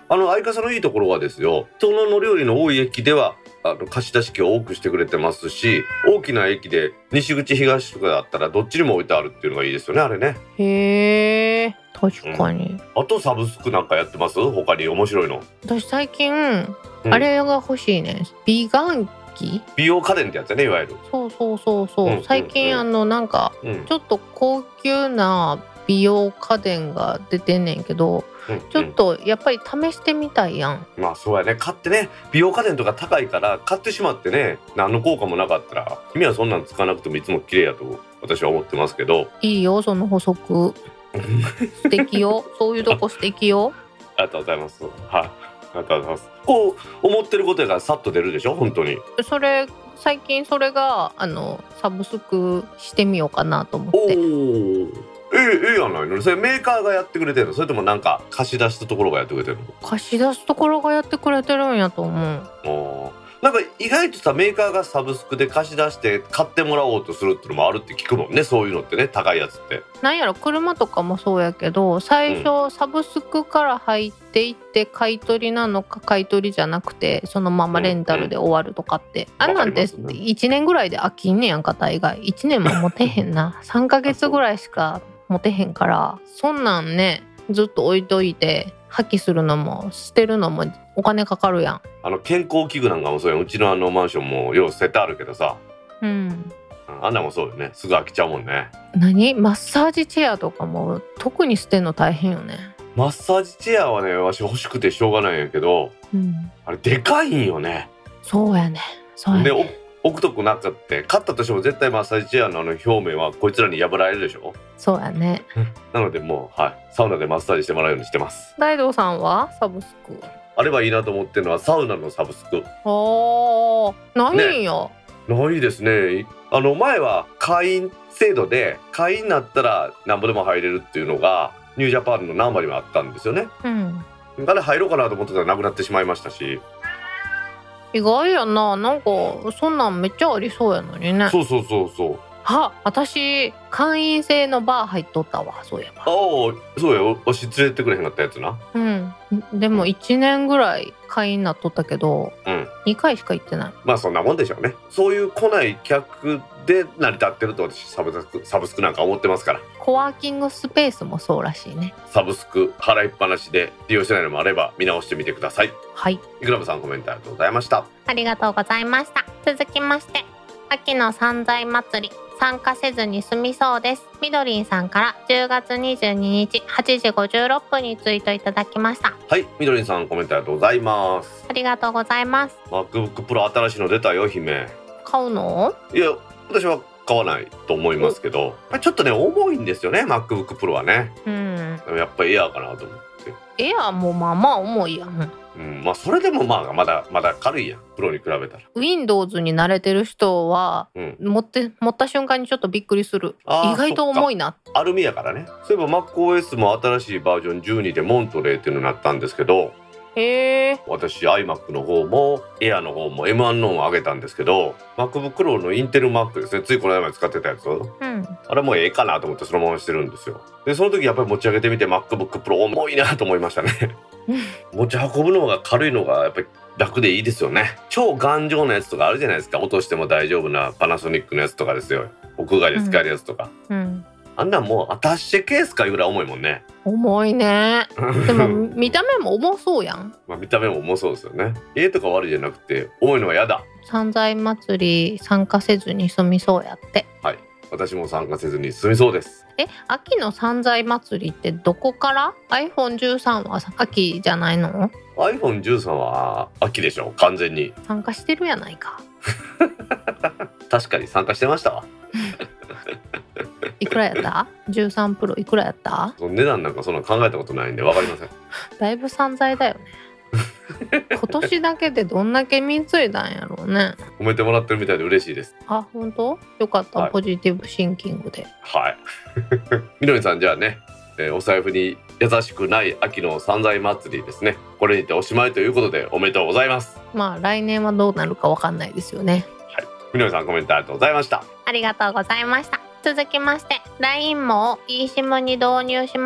相笠のいいところはですよ、人の乗り降りの多い駅では貸し出し機を多くしてくれてますし、大きな駅で西口東とかだったらどっちにも置いてあるっていうのがいいですよね、あれね。 へえ、確かに、 あとサブスクなんかやってます？他に面白いの。 私最近、あれが欲しいね。美顔器、 美容家電ってやつね、いわゆる。 そう、最近なんか、ちょっと高級な美容家電が出てんねんけど、ちょっとやっぱり試してみたいやん。 まあそうやね、買ってね、美容家電とか高いから買ってしまってね、何の効果もなかったら君はそんなん使わなくてもいつも綺麗やと私は思ってますけど。 いいよ、その補足素敵よそういうとこ素敵よありがとうございます。はい、ありがとうございます。こう思ってることやからさっと出るでしょ、本当に。 最近それがサブスクしてみようかなと思って。 ええやないの。それメーカーがやってくれてるの？それともなんか貸し出したところがやってくれてるの？ 貸し出すところがやってくれてるんやと思う。 なんか意外とさ、メーカーがサブスクで貸し出して買ってもらおうとするっていうのもあるって聞くもんね、そういうのってね、高いやつって。 なんやろ、車とかもそうやけど、最初、サブスクから入っていって買い取りなのか買い取りじゃなくてそのままレンタルで終わるとかって、あんなんて1年ぐらいで飽きんねやんか。大概1年も持てへんな3ヶ月ぐらいしか持てへんから、そんなんねずっと置いといて破棄するのも捨てるのもお金かかるやん。 健康器具なんかもそうやん。うちのマンションもよう捨ててあるけどさ、あんなもそうよね、すぐ飽きちゃうもんね。 マッサージチェアとかも特に捨てんの大変よね。 マッサージチェアはね、わし欲しくてしょうがないんやけど、あれでかいんよね。 そうやね。 で置くとこなかって買ったとしても絶対マッサージチェアの表面はこいつらに破られるでしょ。 そうやね。 なのでもう、サウナでマッサージしてもらうようにしてます。 大道さんはサブスクあればいいなと思ってるのはサウナのサブスク。 ないんや。 ないですね。前は会員制度で会員になったら何ぼでも入れるっていうのがニュージャパンのナンバーにもあったんですよね。あれ入ろうかなと思ってたらなくなってしまいましたし。 意外やな。なんかそんなんめっちゃありそうやのにね。 そう私会員制のバー入っとったわ。そういえば。 そうや、わし連れてってくれへんかったやつな。 でも1年ぐらい会員になっとったけど、2回しか行ってない。 まあそんなもんでしょうね。そういう来ない客で成り立ってると私サブスクなんか思ってますから。 コワーキングスペースもそうらしいね。 サブスク払いっぱなしで利用してないのもあれば見直してみてください。 いくらぶさんコメントありがとうございました。 ありがとうございました。続きまして、秋の散財祭り参加せずに済みそうです。みどりんさんから10月22日8時56分にツイートいただきました。 はい、みどりんさんコメントありがとうございます。 ありがとうございます。 MacBook Pro 新しいの出たよ、姫。 買うの？ いや、私は買わないと思いますけど、ちょっとね重いんですよね、 MacBook Pro はね。やっぱりエアーかなと思って。 エアーもまあまあ重いやん。 まあそれでもまだ軽いやん、プロに比べたら。 Windows に慣れてる人は、持った瞬間にちょっとびっくりする。意外と重いな。 アルミやからね。そういえば MacOS も新しいバージョン12でモントレーっていうのになったんですけど、私 iMac の方も Air の方も M1 のを上げたんですけど、 MacBook Pro のインテル Mac ですね、ついこの間まで使ってたやつ、あれもうええかなと思ってそのまましてるんですよ。でその時やっぱり持ち上げてみて MacBook Pro 重いなと思いましたね。持ち運ぶのが軽いのがやっぱり楽でいいですよね。超頑丈なやつとかあるじゃないですか。落としても大丈夫なパナソニックのやつとかですよ。屋外で使えるやつとか、あんなんもうアタッシェケースかいうぐらい重いもんね。 重いね。でも見た目も重そうやん。 見た目も重そうですよね。家とか悪いじゃなくて重いのは嫌だ。 散財祭り参加せずに済みそうやって。 はい、私も参加せずに済みそうです。 秋の散財祭りってどこから？ iPhone13 は秋じゃないの？ iPhone13 は秋でしょ、完全に。 参加してるやないか。 確かに参加してましたわ。 いくらやった？ 13 プロいくらやった？ その値段なんかそんな考えたことないんで分かりません。 だいぶ散財だよね。今年だけでどんだけ貢いだんやろうね。 褒めてもらってるみたいで嬉しいです。 本当？よかった、ポジティブシンキングで。 みのりさん、じゃあね、お財布に優しくない秋の散財祭りですね、これにておしまいということでおめでとうございます。 来年はどうなるか分かんないですよね。 みのりさんコメントありがとうございました。 ありがとうございました。続きまして LINE も eSIM に導入しました。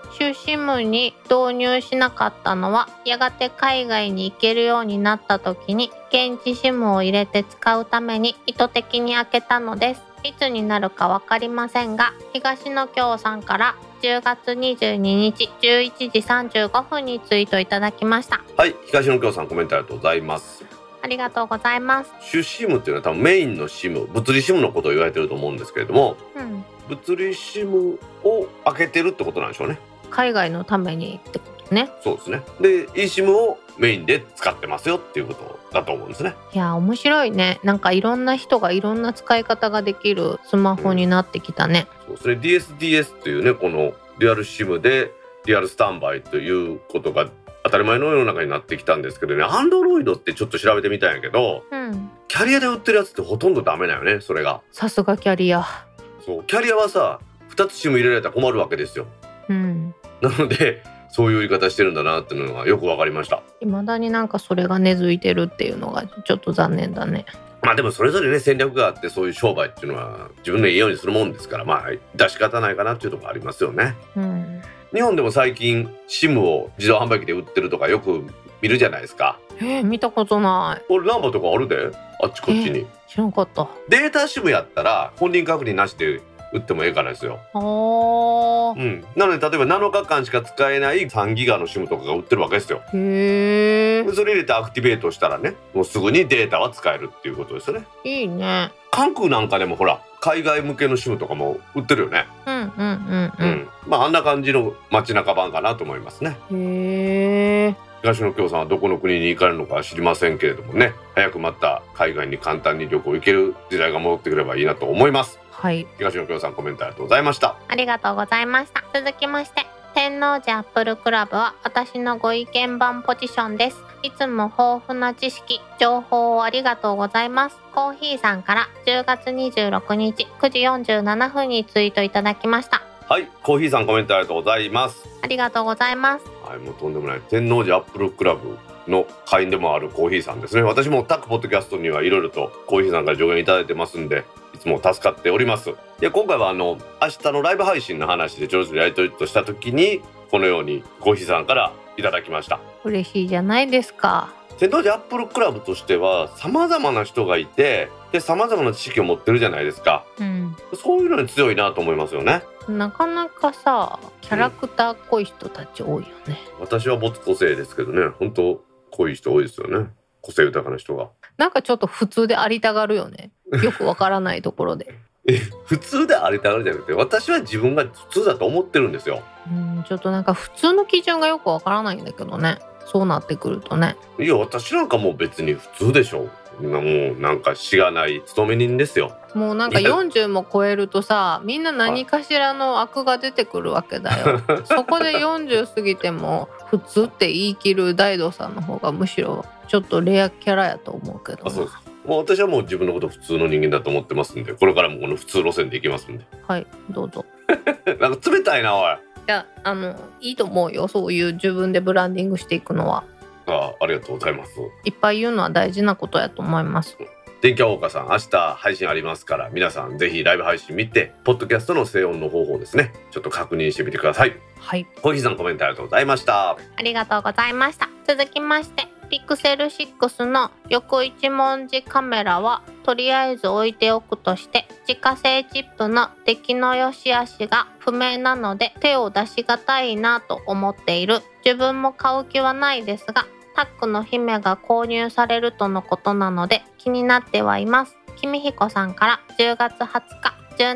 出資務に導入しなかったのは、やがて海外に行けるようになった時に現地 SIM を入れて使うために意図的に開けたのです。いつになるか分かりませんが、東野京さんから10月22日11時35分にツイートいただきました。 はい、東野京さん、コメントありがとうございます。 ありがとうございます。 出資 SIM っていうのは多分メインの SIM、物理 SIM のことを言われてると思うんですけれども、物理 SIM を開けてるってことなんでしょうね。 海外のためにってことね。 そうですね。で eSIM をメインで使ってますよっていうことだと思うんですね。 いや面白いね。なんかいろんな人がいろんな使い方ができるスマホになってきたね。 そうですね。 DSDS っていうね、このリアル SIM でリアルスタンバイということが当たり前の世の中になってきたんですけどね、Android ってちょっと調べてみたんやけど、キャリアで売ってるやつってほとんどダメだよね、それが。さすがキャリア。 そう、キャリアはさ、2つ SIM 入れられたら困るわけですよ。なのでそういう売り方してるんだなっていうのがよく分かりました。 未だになんかそれが根付いてるっていうのがちょっと残念だね。 まあでもそれぞれね、戦略があって、そういう商売っていうのは自分のいいようにするもんですから、まあ出し方ないかなっていうところありますよね。日本でも最近 SIM を自動販売機で売ってるとかよく見るじゃないですか。 見たことない。 俺ナンバーとかあるで、あっちこっちに。 知らんかった。 データ SIM やったら本人確認なしで売ってもええからですよ。なので例えば7日間しか使えない3ギガの SIM とかが売ってるわけですよ。それ入れてアクティベートしたらね、もうすぐにデータは使えるっていうことですよね。いいね。韓国なんかでもほら海外向けの SIM とかも売ってるよね。まああんな感じの街中版かなと思いますね。東野京さんはどこの国に行かれるのか知りませんけれどもね、早くまた海外に簡単に旅行行ける時代が戻ってくればいいなと思います。はい、東野京さん、コメントありがとうございました。 ありがとうございました。続きまして、天王寺アップルクラブは私のご意見番ポジションです。いつも豊富な知識情報をありがとうございます。コーヒーさんから10月26日9時47分にツイートいただきました。 はい、コーヒーさん、コメントありがとうございます。 ありがとうございます。 はい、もうとんでもない、天王寺アップルクラブの会員でもあるコーヒーさんですね。私もタックポッドキャストにはいろいろとコーヒーさんから助言いただいてますんで、いつも助かっております。で、今回は明日のライブ配信の話でちょっとやり取りとした時に、このようにコーヒーさんからいただきました。 嬉しいじゃないですか。 天王寺アップルクラブとしては様々な人がいて、で様々な知識を持ってるじゃないですか。そういうのに強いなと思いますよね。 なかなかさ、キャラクター濃い人たち多いよね。 私は没個性ですけどね、本当濃い人多いですよね。個性豊かな人が。 なんかちょっと普通でありたがるよね。よくわからないところで。 普通でありたがるじゃなくて、私は自分が普通だと思ってるんですよ。 ちょっとなんか普通の基準がよくわからないんだけどね。そうなってくるとね。 いや、私なんかもう別に普通でしょ。もうなんかしがない勤め人ですよ。 もうなんか40も超えるとさ、みんな何かしらの悪が出てくるわけだよ。そこで40過ぎても普通って言い切る大道さんの方がむしろちょっとレアキャラやと思うけど。 そうです。もう私はもう自分のこと普通の人間だと思ってますんで、これからもこの普通路線でいきますんで。 はい、どうぞ。 なんか冷たいな、おい。 いや、いいと思うよ、そういう自分でブランディングしていくのは。 ありがとうございます。 いっぱい言うのは大事なことやと思います。 電気屋ウォーカーさん、明日配信ありますから、皆さんぜひライブ配信見て、ポッドキャストの静音の方法ですね、ちょっと確認してみてください。はい。コーヒーさん、コメントありがとうございました。 ありがとうございました。続きまして、ピクセル6の横一文字カメラはとりあえず置いておくとして、自家製チップの出来の良し悪しが不明なので手を出しがたいなと思っている。自分も買う気はないですが、タックの姫が購入されるとのことなので気になってはいます。君彦さんから10月20日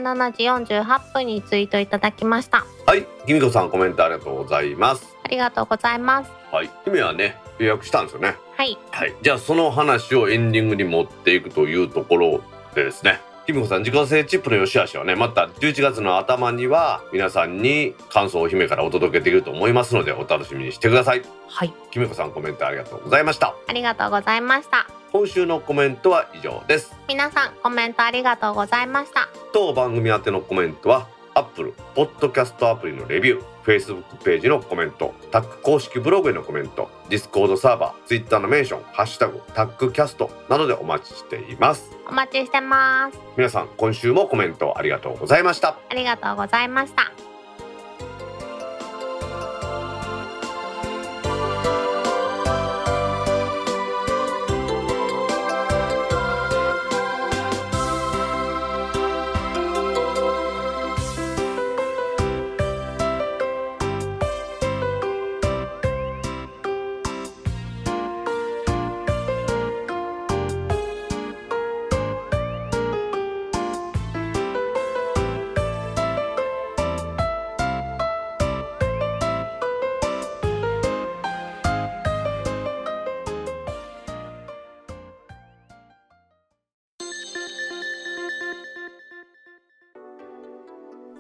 17時48分にツイートいただきました。 はい、君彦さん、コメントありがとうございます。 ありがとうございます。 はい、姫はね、予約したんですよね。 はい、 はい、じゃあその話をエンディングに持っていくというところでですね、君子さん、自家製チップの良し悪しはね、また11月の頭には皆さんに感想を姫からお届けできると思いますので、お楽しみにしてください。はい、君子さん、コメントありがとうございました。 ありがとうございました。 今週のコメントは以上です。 皆さん、コメントありがとうございました。 当番組宛てのコメントは Apple Podcast アプリのレビュー、Facebook ページのコメント、タック公式ブログへのコメント、Discord サーバー、Twitter のメンション、ハッシュタグタックキャストなどでお待ちしています。 お待ちしてます。 皆さん、今週もコメントありがとうございました。 ありがとうございました。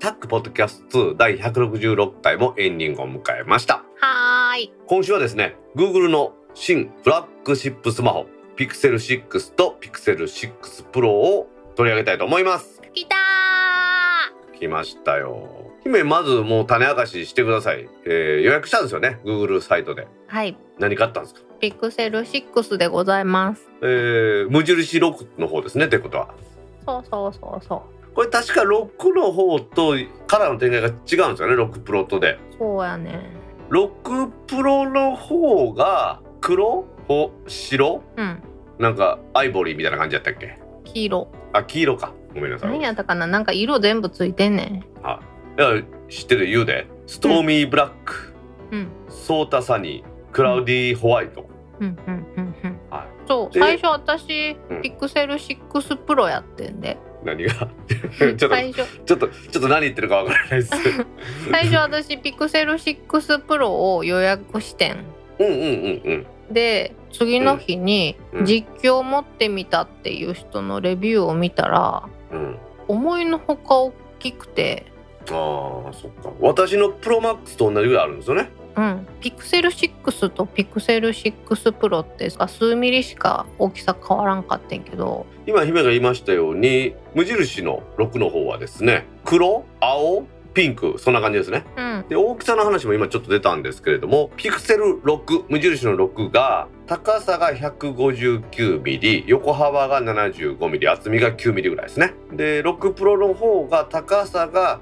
タックポッドキャスト2第166回もエンディングを迎えました。 はーい。 今週はですね Google の新フラッグシップスマホ Pixel 6と Pixel 6 Pro を取り上げたいと思います。 来たー。 来ましたよ。姫、まずもう種明かししてください。予約したんですよね Google サイトで。 はい。 何買ったんですか？ Pixel 6でございます。 無印6の方ですねってことは。 そうこれ確か6の方とカラーの展開が違うんですよね6プロとで。 そうやね。 6プロの方が黒白、なんかアイボリーみたいな感じだったっけ？ 黄色。 黄色か、ごめんなさい。 何やったかな、なんか色全部ついてんねん。 いや知ってる言うで。ストーミーブラック、ソータサニー、クラウディホワイト。そう、 最初私、Pixel 6 Pro やってんで。 何がちょっと何言ってるかわからないです最初私 Pixel 6 Pro を予約してん。で次の日に実況を持ってみたっていう人のレビューを見たら、思いのほか大きくて。 そっか。私のプロマックスと同じぐらいあるんですよね。 Pixel 6と Pixel 6 Pro って数ミリしか大きさ変わらんかってんけど、 今姫が言いましたように無印の6の方はですね黒、青、ピンク、そんな感じですね。で大きさの話も今ちょっと出たんですけれども、ピクセル6、無印の6が高さが 159mm、 横幅が 75mm、 厚みが 9mm ぐらいですね。で6プロの方が高さが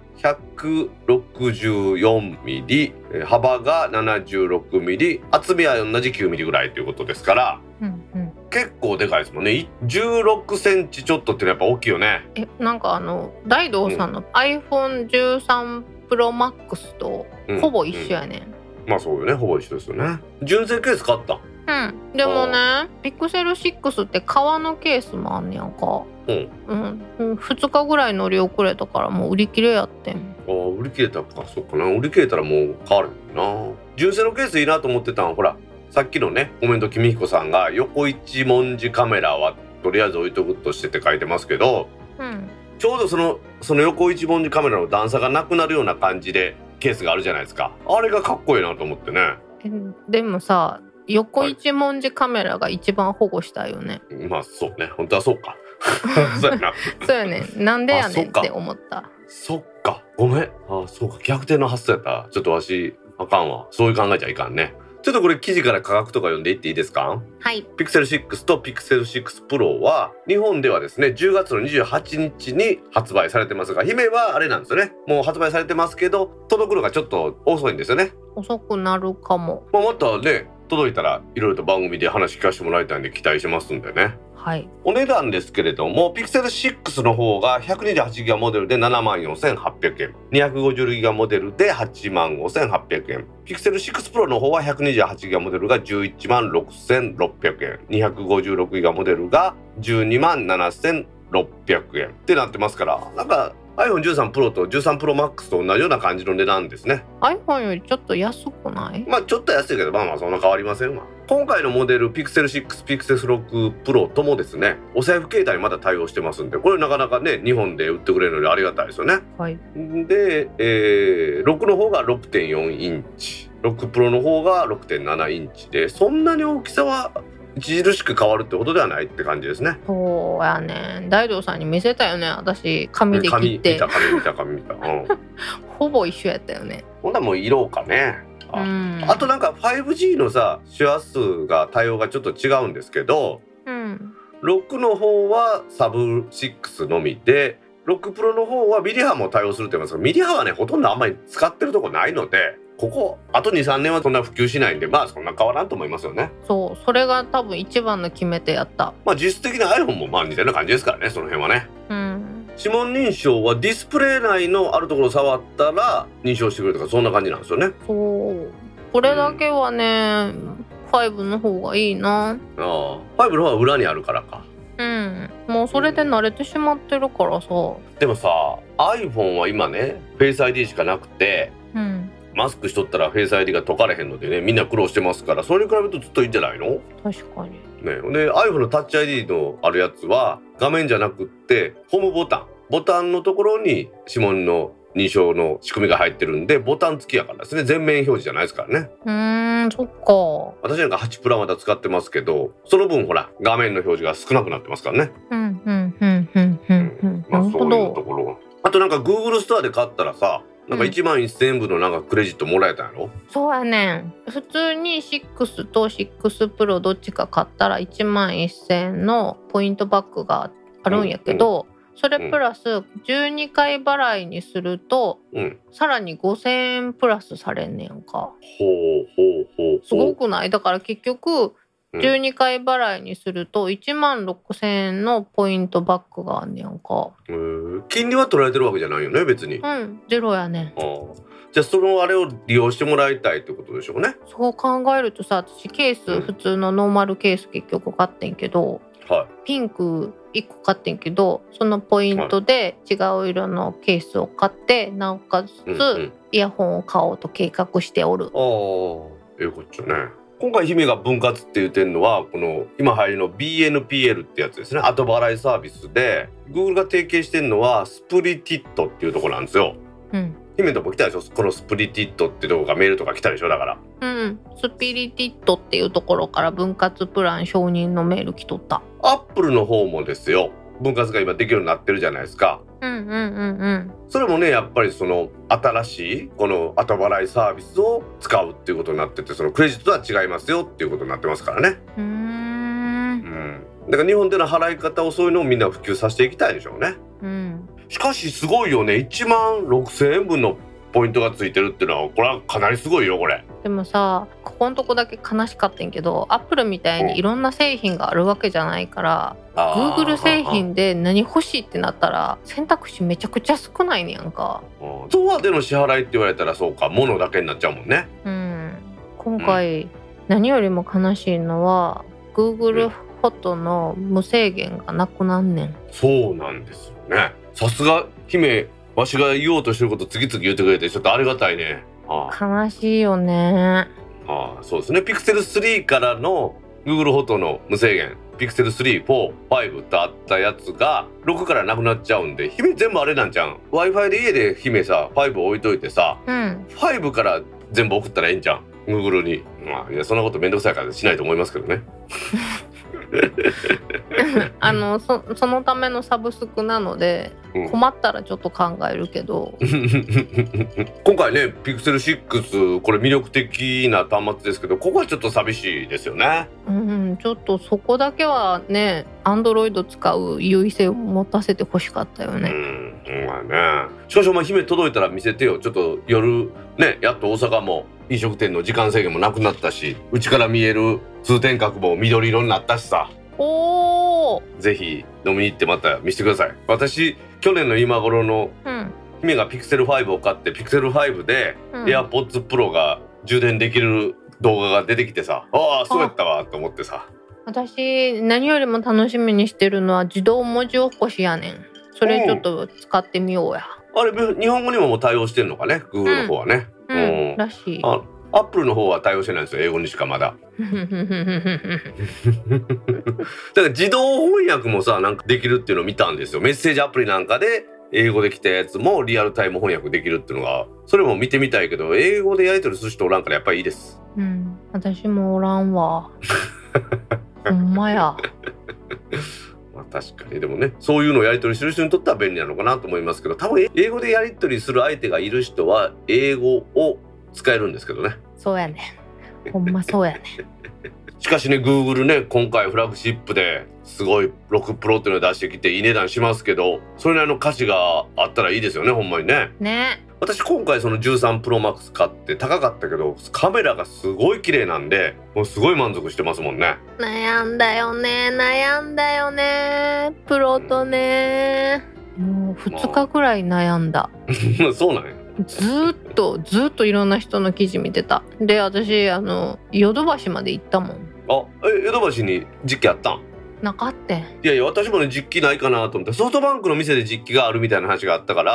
164mm、 幅が 76mm、 厚みは同じ 9mm ぐらいということですから、結構でかいですもんね。16センチちょっとってやっぱ大きいよね。 なんか大道さんの iPhone13 Pro Max とほぼ一緒やね。 まあそうよね、ほぼ一緒ですよね。純正ケース買った？ でもね Pixel 6って革のケースもあんねやんか。2日ぐらい乗り遅れたからもう売り切れやってん。 売り切れたか。そっかな。売り切れたらもう変わるな。純正のケースいいなと思ってたのはほら、さっきのねコメント君彦さんが横一文字カメラはとりあえず置いとくとしてって書いてますけど、ちょうどその横一文字カメラの段差がなくなるような感じでケースがあるじゃないですか。あれがかっこいいなと思ってね。 でもさ、横一文字カメラが一番保護したいよね。 まあそうね、本当はそうかそうやなそうやね。なんでやねんって思った。 そっか、ごめん。そうか、逆転の発想やった。ちょっとわしあかんわ。そういう考えちゃいかんね。ちょっとこれ記事から価格とか読んでいっていいですか？ はい。 Pixel 6と Pixel 6 Pro は日本ではですね10月の28日に発売されてますが、姫はあれなんですよね。もう発売されてますけど届くのがちょっと遅いんですよね。 遅くなるかも。 またね届いたらいろいろと番組で話聞かせてもらいたいんで期待してますんでね。 はい。 お値段ですけれども Pixel 6の方が 128GB モデルで 74,800 円、 250GB モデルで 85,800 円、 Pixel 6 Pro の方は 128GB モデルが 116,600 円、 256GB モデルが 127,600 円ってなってますから、なんか iPhone13 Pro と13 Pro Max と同じような感じの値段ですね。 iPhone よりちょっと安くない？ ちょっと安いけどまあそんな変わりませんわ。今回のモデル Pixel 6、Pixel 6 Pro ともですねお財布携帯にまだ対応してますんで、これなかなかね日本で売ってくれるのでありがたいですよね。 はい。 で、6の方が 6.4 インチ、6 Pro の方が 6.7 インチで、そんなに大きさは著しく変わるってことではないって感じですね。 そうやね。大道さんに見せたよね、私紙で切って紙見た、 ほぼ一緒やったよね。 ほんならもう色かね。あとなんか 5G のさ周波数が対応がちょっと違うんですけど、6の方はサブ6のみで6プロの方はミリ波も対応するって言いますが、ミリ波はねほとんどあんまり使ってるとこないので、ここあと 2,3 年はそんな普及しないんで、そんな変わらんと思いますよね。 そう、それが多分一番の決め手やった。 実質的な iPhone も似たような感じですからね、その辺はね。指紋認証はディスプレイ内のあるところを触ったら認証してくれるとか、そんな感じなんですよね。 そう、これだけはね、5の方がいいな。 5の方は裏にあるからか。 もうそれで慣れてしまってるからさ。 でもさ iPhone は今ねフェイス ID しかなくて、マスクしとったらフェイス ID が解かれへんのでね、みんな苦労してますから、それに比べるとずっといいんじゃないの？ 確かにね。で iPhone のタッチ ID のあるやつは画面じゃなくってホームボタンのところに指紋の認証の仕組みが入ってるんでボタン付きやからですね。全面表示じゃないですからね。 そっか。 私なんか8プラまだ使ってますけど、その分ほら画面の表示が少なくなってますからね。まあそういうところ。あとなんか Google ストアで買ったらさ、なんか1万1000円分のなんかクレジットもらえたんやろ。 そうやねん。普通に6と6プロどっちか買ったら1万1000円のポイントバックがあるんやけど、それプラス12回払いにすると、さらに5000円プラスされんねんか。すごくない？だから結局12回払いにすると1万6000円のポイントバックがあんねんか。 金利は取られてるわけじゃないよね別に。 ゼロやねん。 じゃあそのあれを利用してもらいたいってことでしょうね。 そう考えるとさ、私ケース、普通のノーマルケース結局買ってんけど、ピンク1個買ってんけど、そのポイントで違う色のケースを買って、なおかつイヤホンを買おうと計画しておる。 こっちゃね。今回姫が分割って言ってるのはこの今流行りの BNPL ってやつですね。後払いサービスで Google が提携してるのはスプリティットっていうところなんですよ。姫のとこ来たでしょ。このスプリティットってとこがメールとか来たでしょ。だからスピリティットっていうところから分割プラン承認のメール来とった。 アップルの方もですよ、分割が今できるようになってるじゃないですか。それもねやっぱりその新しいこの後払いサービスを使うっていうことになってて、そのクレジットとは違いますよっていうことになってますからね。だから日本での払い方をそういうのをみんな普及させていきたいでしょうね。しかしすごいよね。1万6000円分のポイントがついてるっていうのはこれはかなりすごいよこれ。 でもさ、ここのとこだけ悲しかったんけど、アップルみたいにいろんな製品があるわけじゃないから、Google 製品で何欲しいってなったら選択肢めちゃくちゃ少ないねやんか。 ストアでの支払いって言われたらそうか、物だけになっちゃうもんね。 今回、何よりも悲しいのは Google フォトの無制限がなくなんねん。 そうなんですよね。さすが姫、わしが言おうとしてること次々言ってくれてちょっとありがたいね。 悲しいよね。 そうですね。ピクセル3からの Google フォトの無制限、ピクセル3、4、5とあったやつが6からなくなっちゃうんで、姫全部あれなんじゃん。 Wi-Fi で家で姫さ5置いといてさ、5から全部送ったらええんじゃん Google に。いやそんなことめんどくさいからしないと思いますけどね。 そのためのサブスクなので、困ったらちょっと考えるけど今回ねピクセル6これ魅力的な端末ですけど、ここはちょっと寂しいですよね。 ちょっとそこだけはね Android 使う優位性を持たせてほしかったよね。 しかしお前姫届いたら見せてよ。ちょっと夜ね、やっと大阪も飲食店の時間制限もなくなったし、うちから見える通天閣も緑色になったしさ。ぜひ飲みに行ってまた見せてください。私去年の今頃の、姫がピクセル5を買ってピクセル5で、AirPods Pro が充電できる動画が出てきてさ、そうやったわと思ってさ。 私何よりも楽しみにしてるのは自動文字起こしやねん。それちょっと使ってみようや。あれ日本語にももう対応してんのかね Google の方はね。 らしい。 アップルの方は対応してないんですよ、英語にしかまだ。だから自動翻訳もさなんかできるっていうのを見たんですよ。メッセージアプリなんかで英語できたやつもリアルタイム翻訳できるっていうのが、それも見てみたいけど英語でやり取りする人おらんからやっぱりいいです。 私もおらんわ。ほんまや。 確かに。でもねそういうのをやり取りする人にとっては便利なのかなと思いますけど、多分英語でやり取りする相手がいる人は英語を使えるんですけどね。 そうやね。ほんまそうやね。 しかしね Google ね今回フラッグシップですごい6プロっていうのを出してきていい値段しますけど、それなりの価値があったらいいですよねほんまにね。私今回その13プロマックス買って高かったけどカメラがすごい綺麗なんでもうすごい満足してますもんね。 悩んだよねプロとね。もう2日くらい悩んだ。 そうなんや。 ずっといろんな人の記事見てた。で私ヨドバシまで行ったもん。 ヨドバシに実機あったん？ なかったん。 いや私もね実機ないかなと思って、ソフトバンクの店で実機があるみたいな話があったから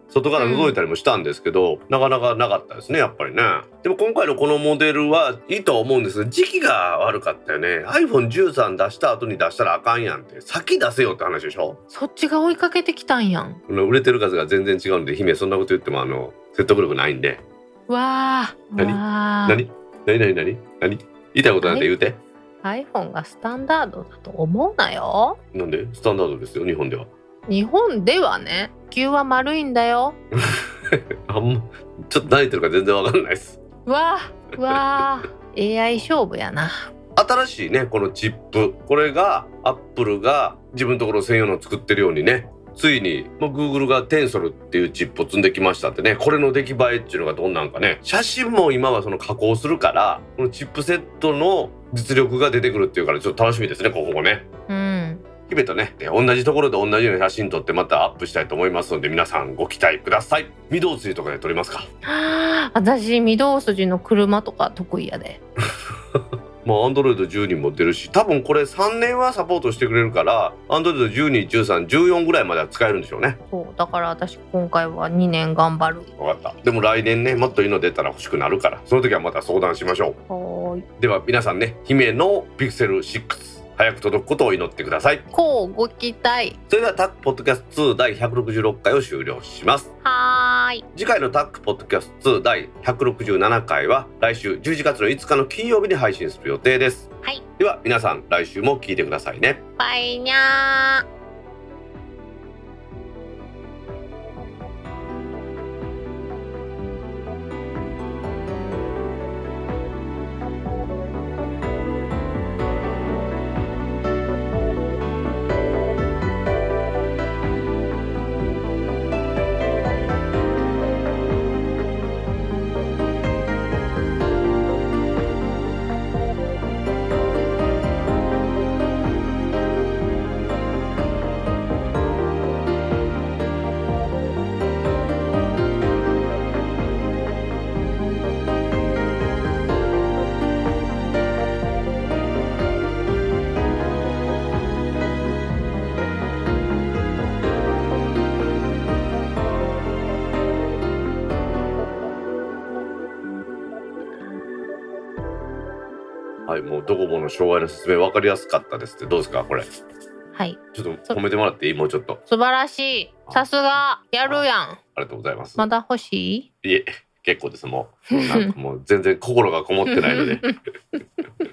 外から覗いたりもしたんですけど、なかなかなかったですね、やっぱりね。でも今回のこのモデルはいいと思うんですが、時期が悪かったよね。 iPhone13 出した後に出したらあかんやんって、先出せよって話でしょ。 そっちが追いかけてきたんやん。 売れてる数が全然違うんで、姫そんなこと言っても説得力ないんで。 わー何言いたいことなんて言うて。 iPhone がスタンダードだと思うなよ。 なんでスタンダードですよ、日本では。 日本ではね、球は丸いんだよ。 ちょっと何言ってるか全然わかんないです。 わー AI 勝負やな。 新しいね、このチップ、これがアップルが自分のところ専用の作ってるようにね、ついにGoogle がテンソルっていうチップを積んできましたってね。これの出来栄えっていうのがどんなんかね、写真も今はその加工するから、このチップセットの実力が出てくるっていうから、ちょっと楽しみですね、ここもね。姫とね、同じところで同じような写真撮ってまたアップしたいと思いますので、皆さんご期待ください。御堂筋とかで撮りますか？ 私御堂筋の車とか得意やで。 Android 12も出るし、多分これ3年はサポートしてくれるから、Android 12、13、14ぐらいまでは使えるんでしょうね。 そうだから私今回は2年頑張る。 分かった。でも来年ね、もっといいの出たら欲しくなるから、その時はまた相談しましょう。はい。 では皆さんね、姫の Pixel 6早く届くことを祈ってください。 こうご期待。 それではタックポッドキャスト2第166回を終了します。 はーい。 次回のタックポッドキャスト2第167回は来週11月の5日の金曜日に配信する予定です。 はい。 では皆さん来週も聞いてくださいね。 バイニャー。 はい、もうドコモの障害の説明分かりやすかったですって。どうですかこれ。 はい。 ちょっと褒めてもらっていい？もうちょっと。 素晴らしい。さすがやるやん。 ありがとうございます。 まだ欲しい？ いえ、結構です。もうなんかもう全然心がこもってないので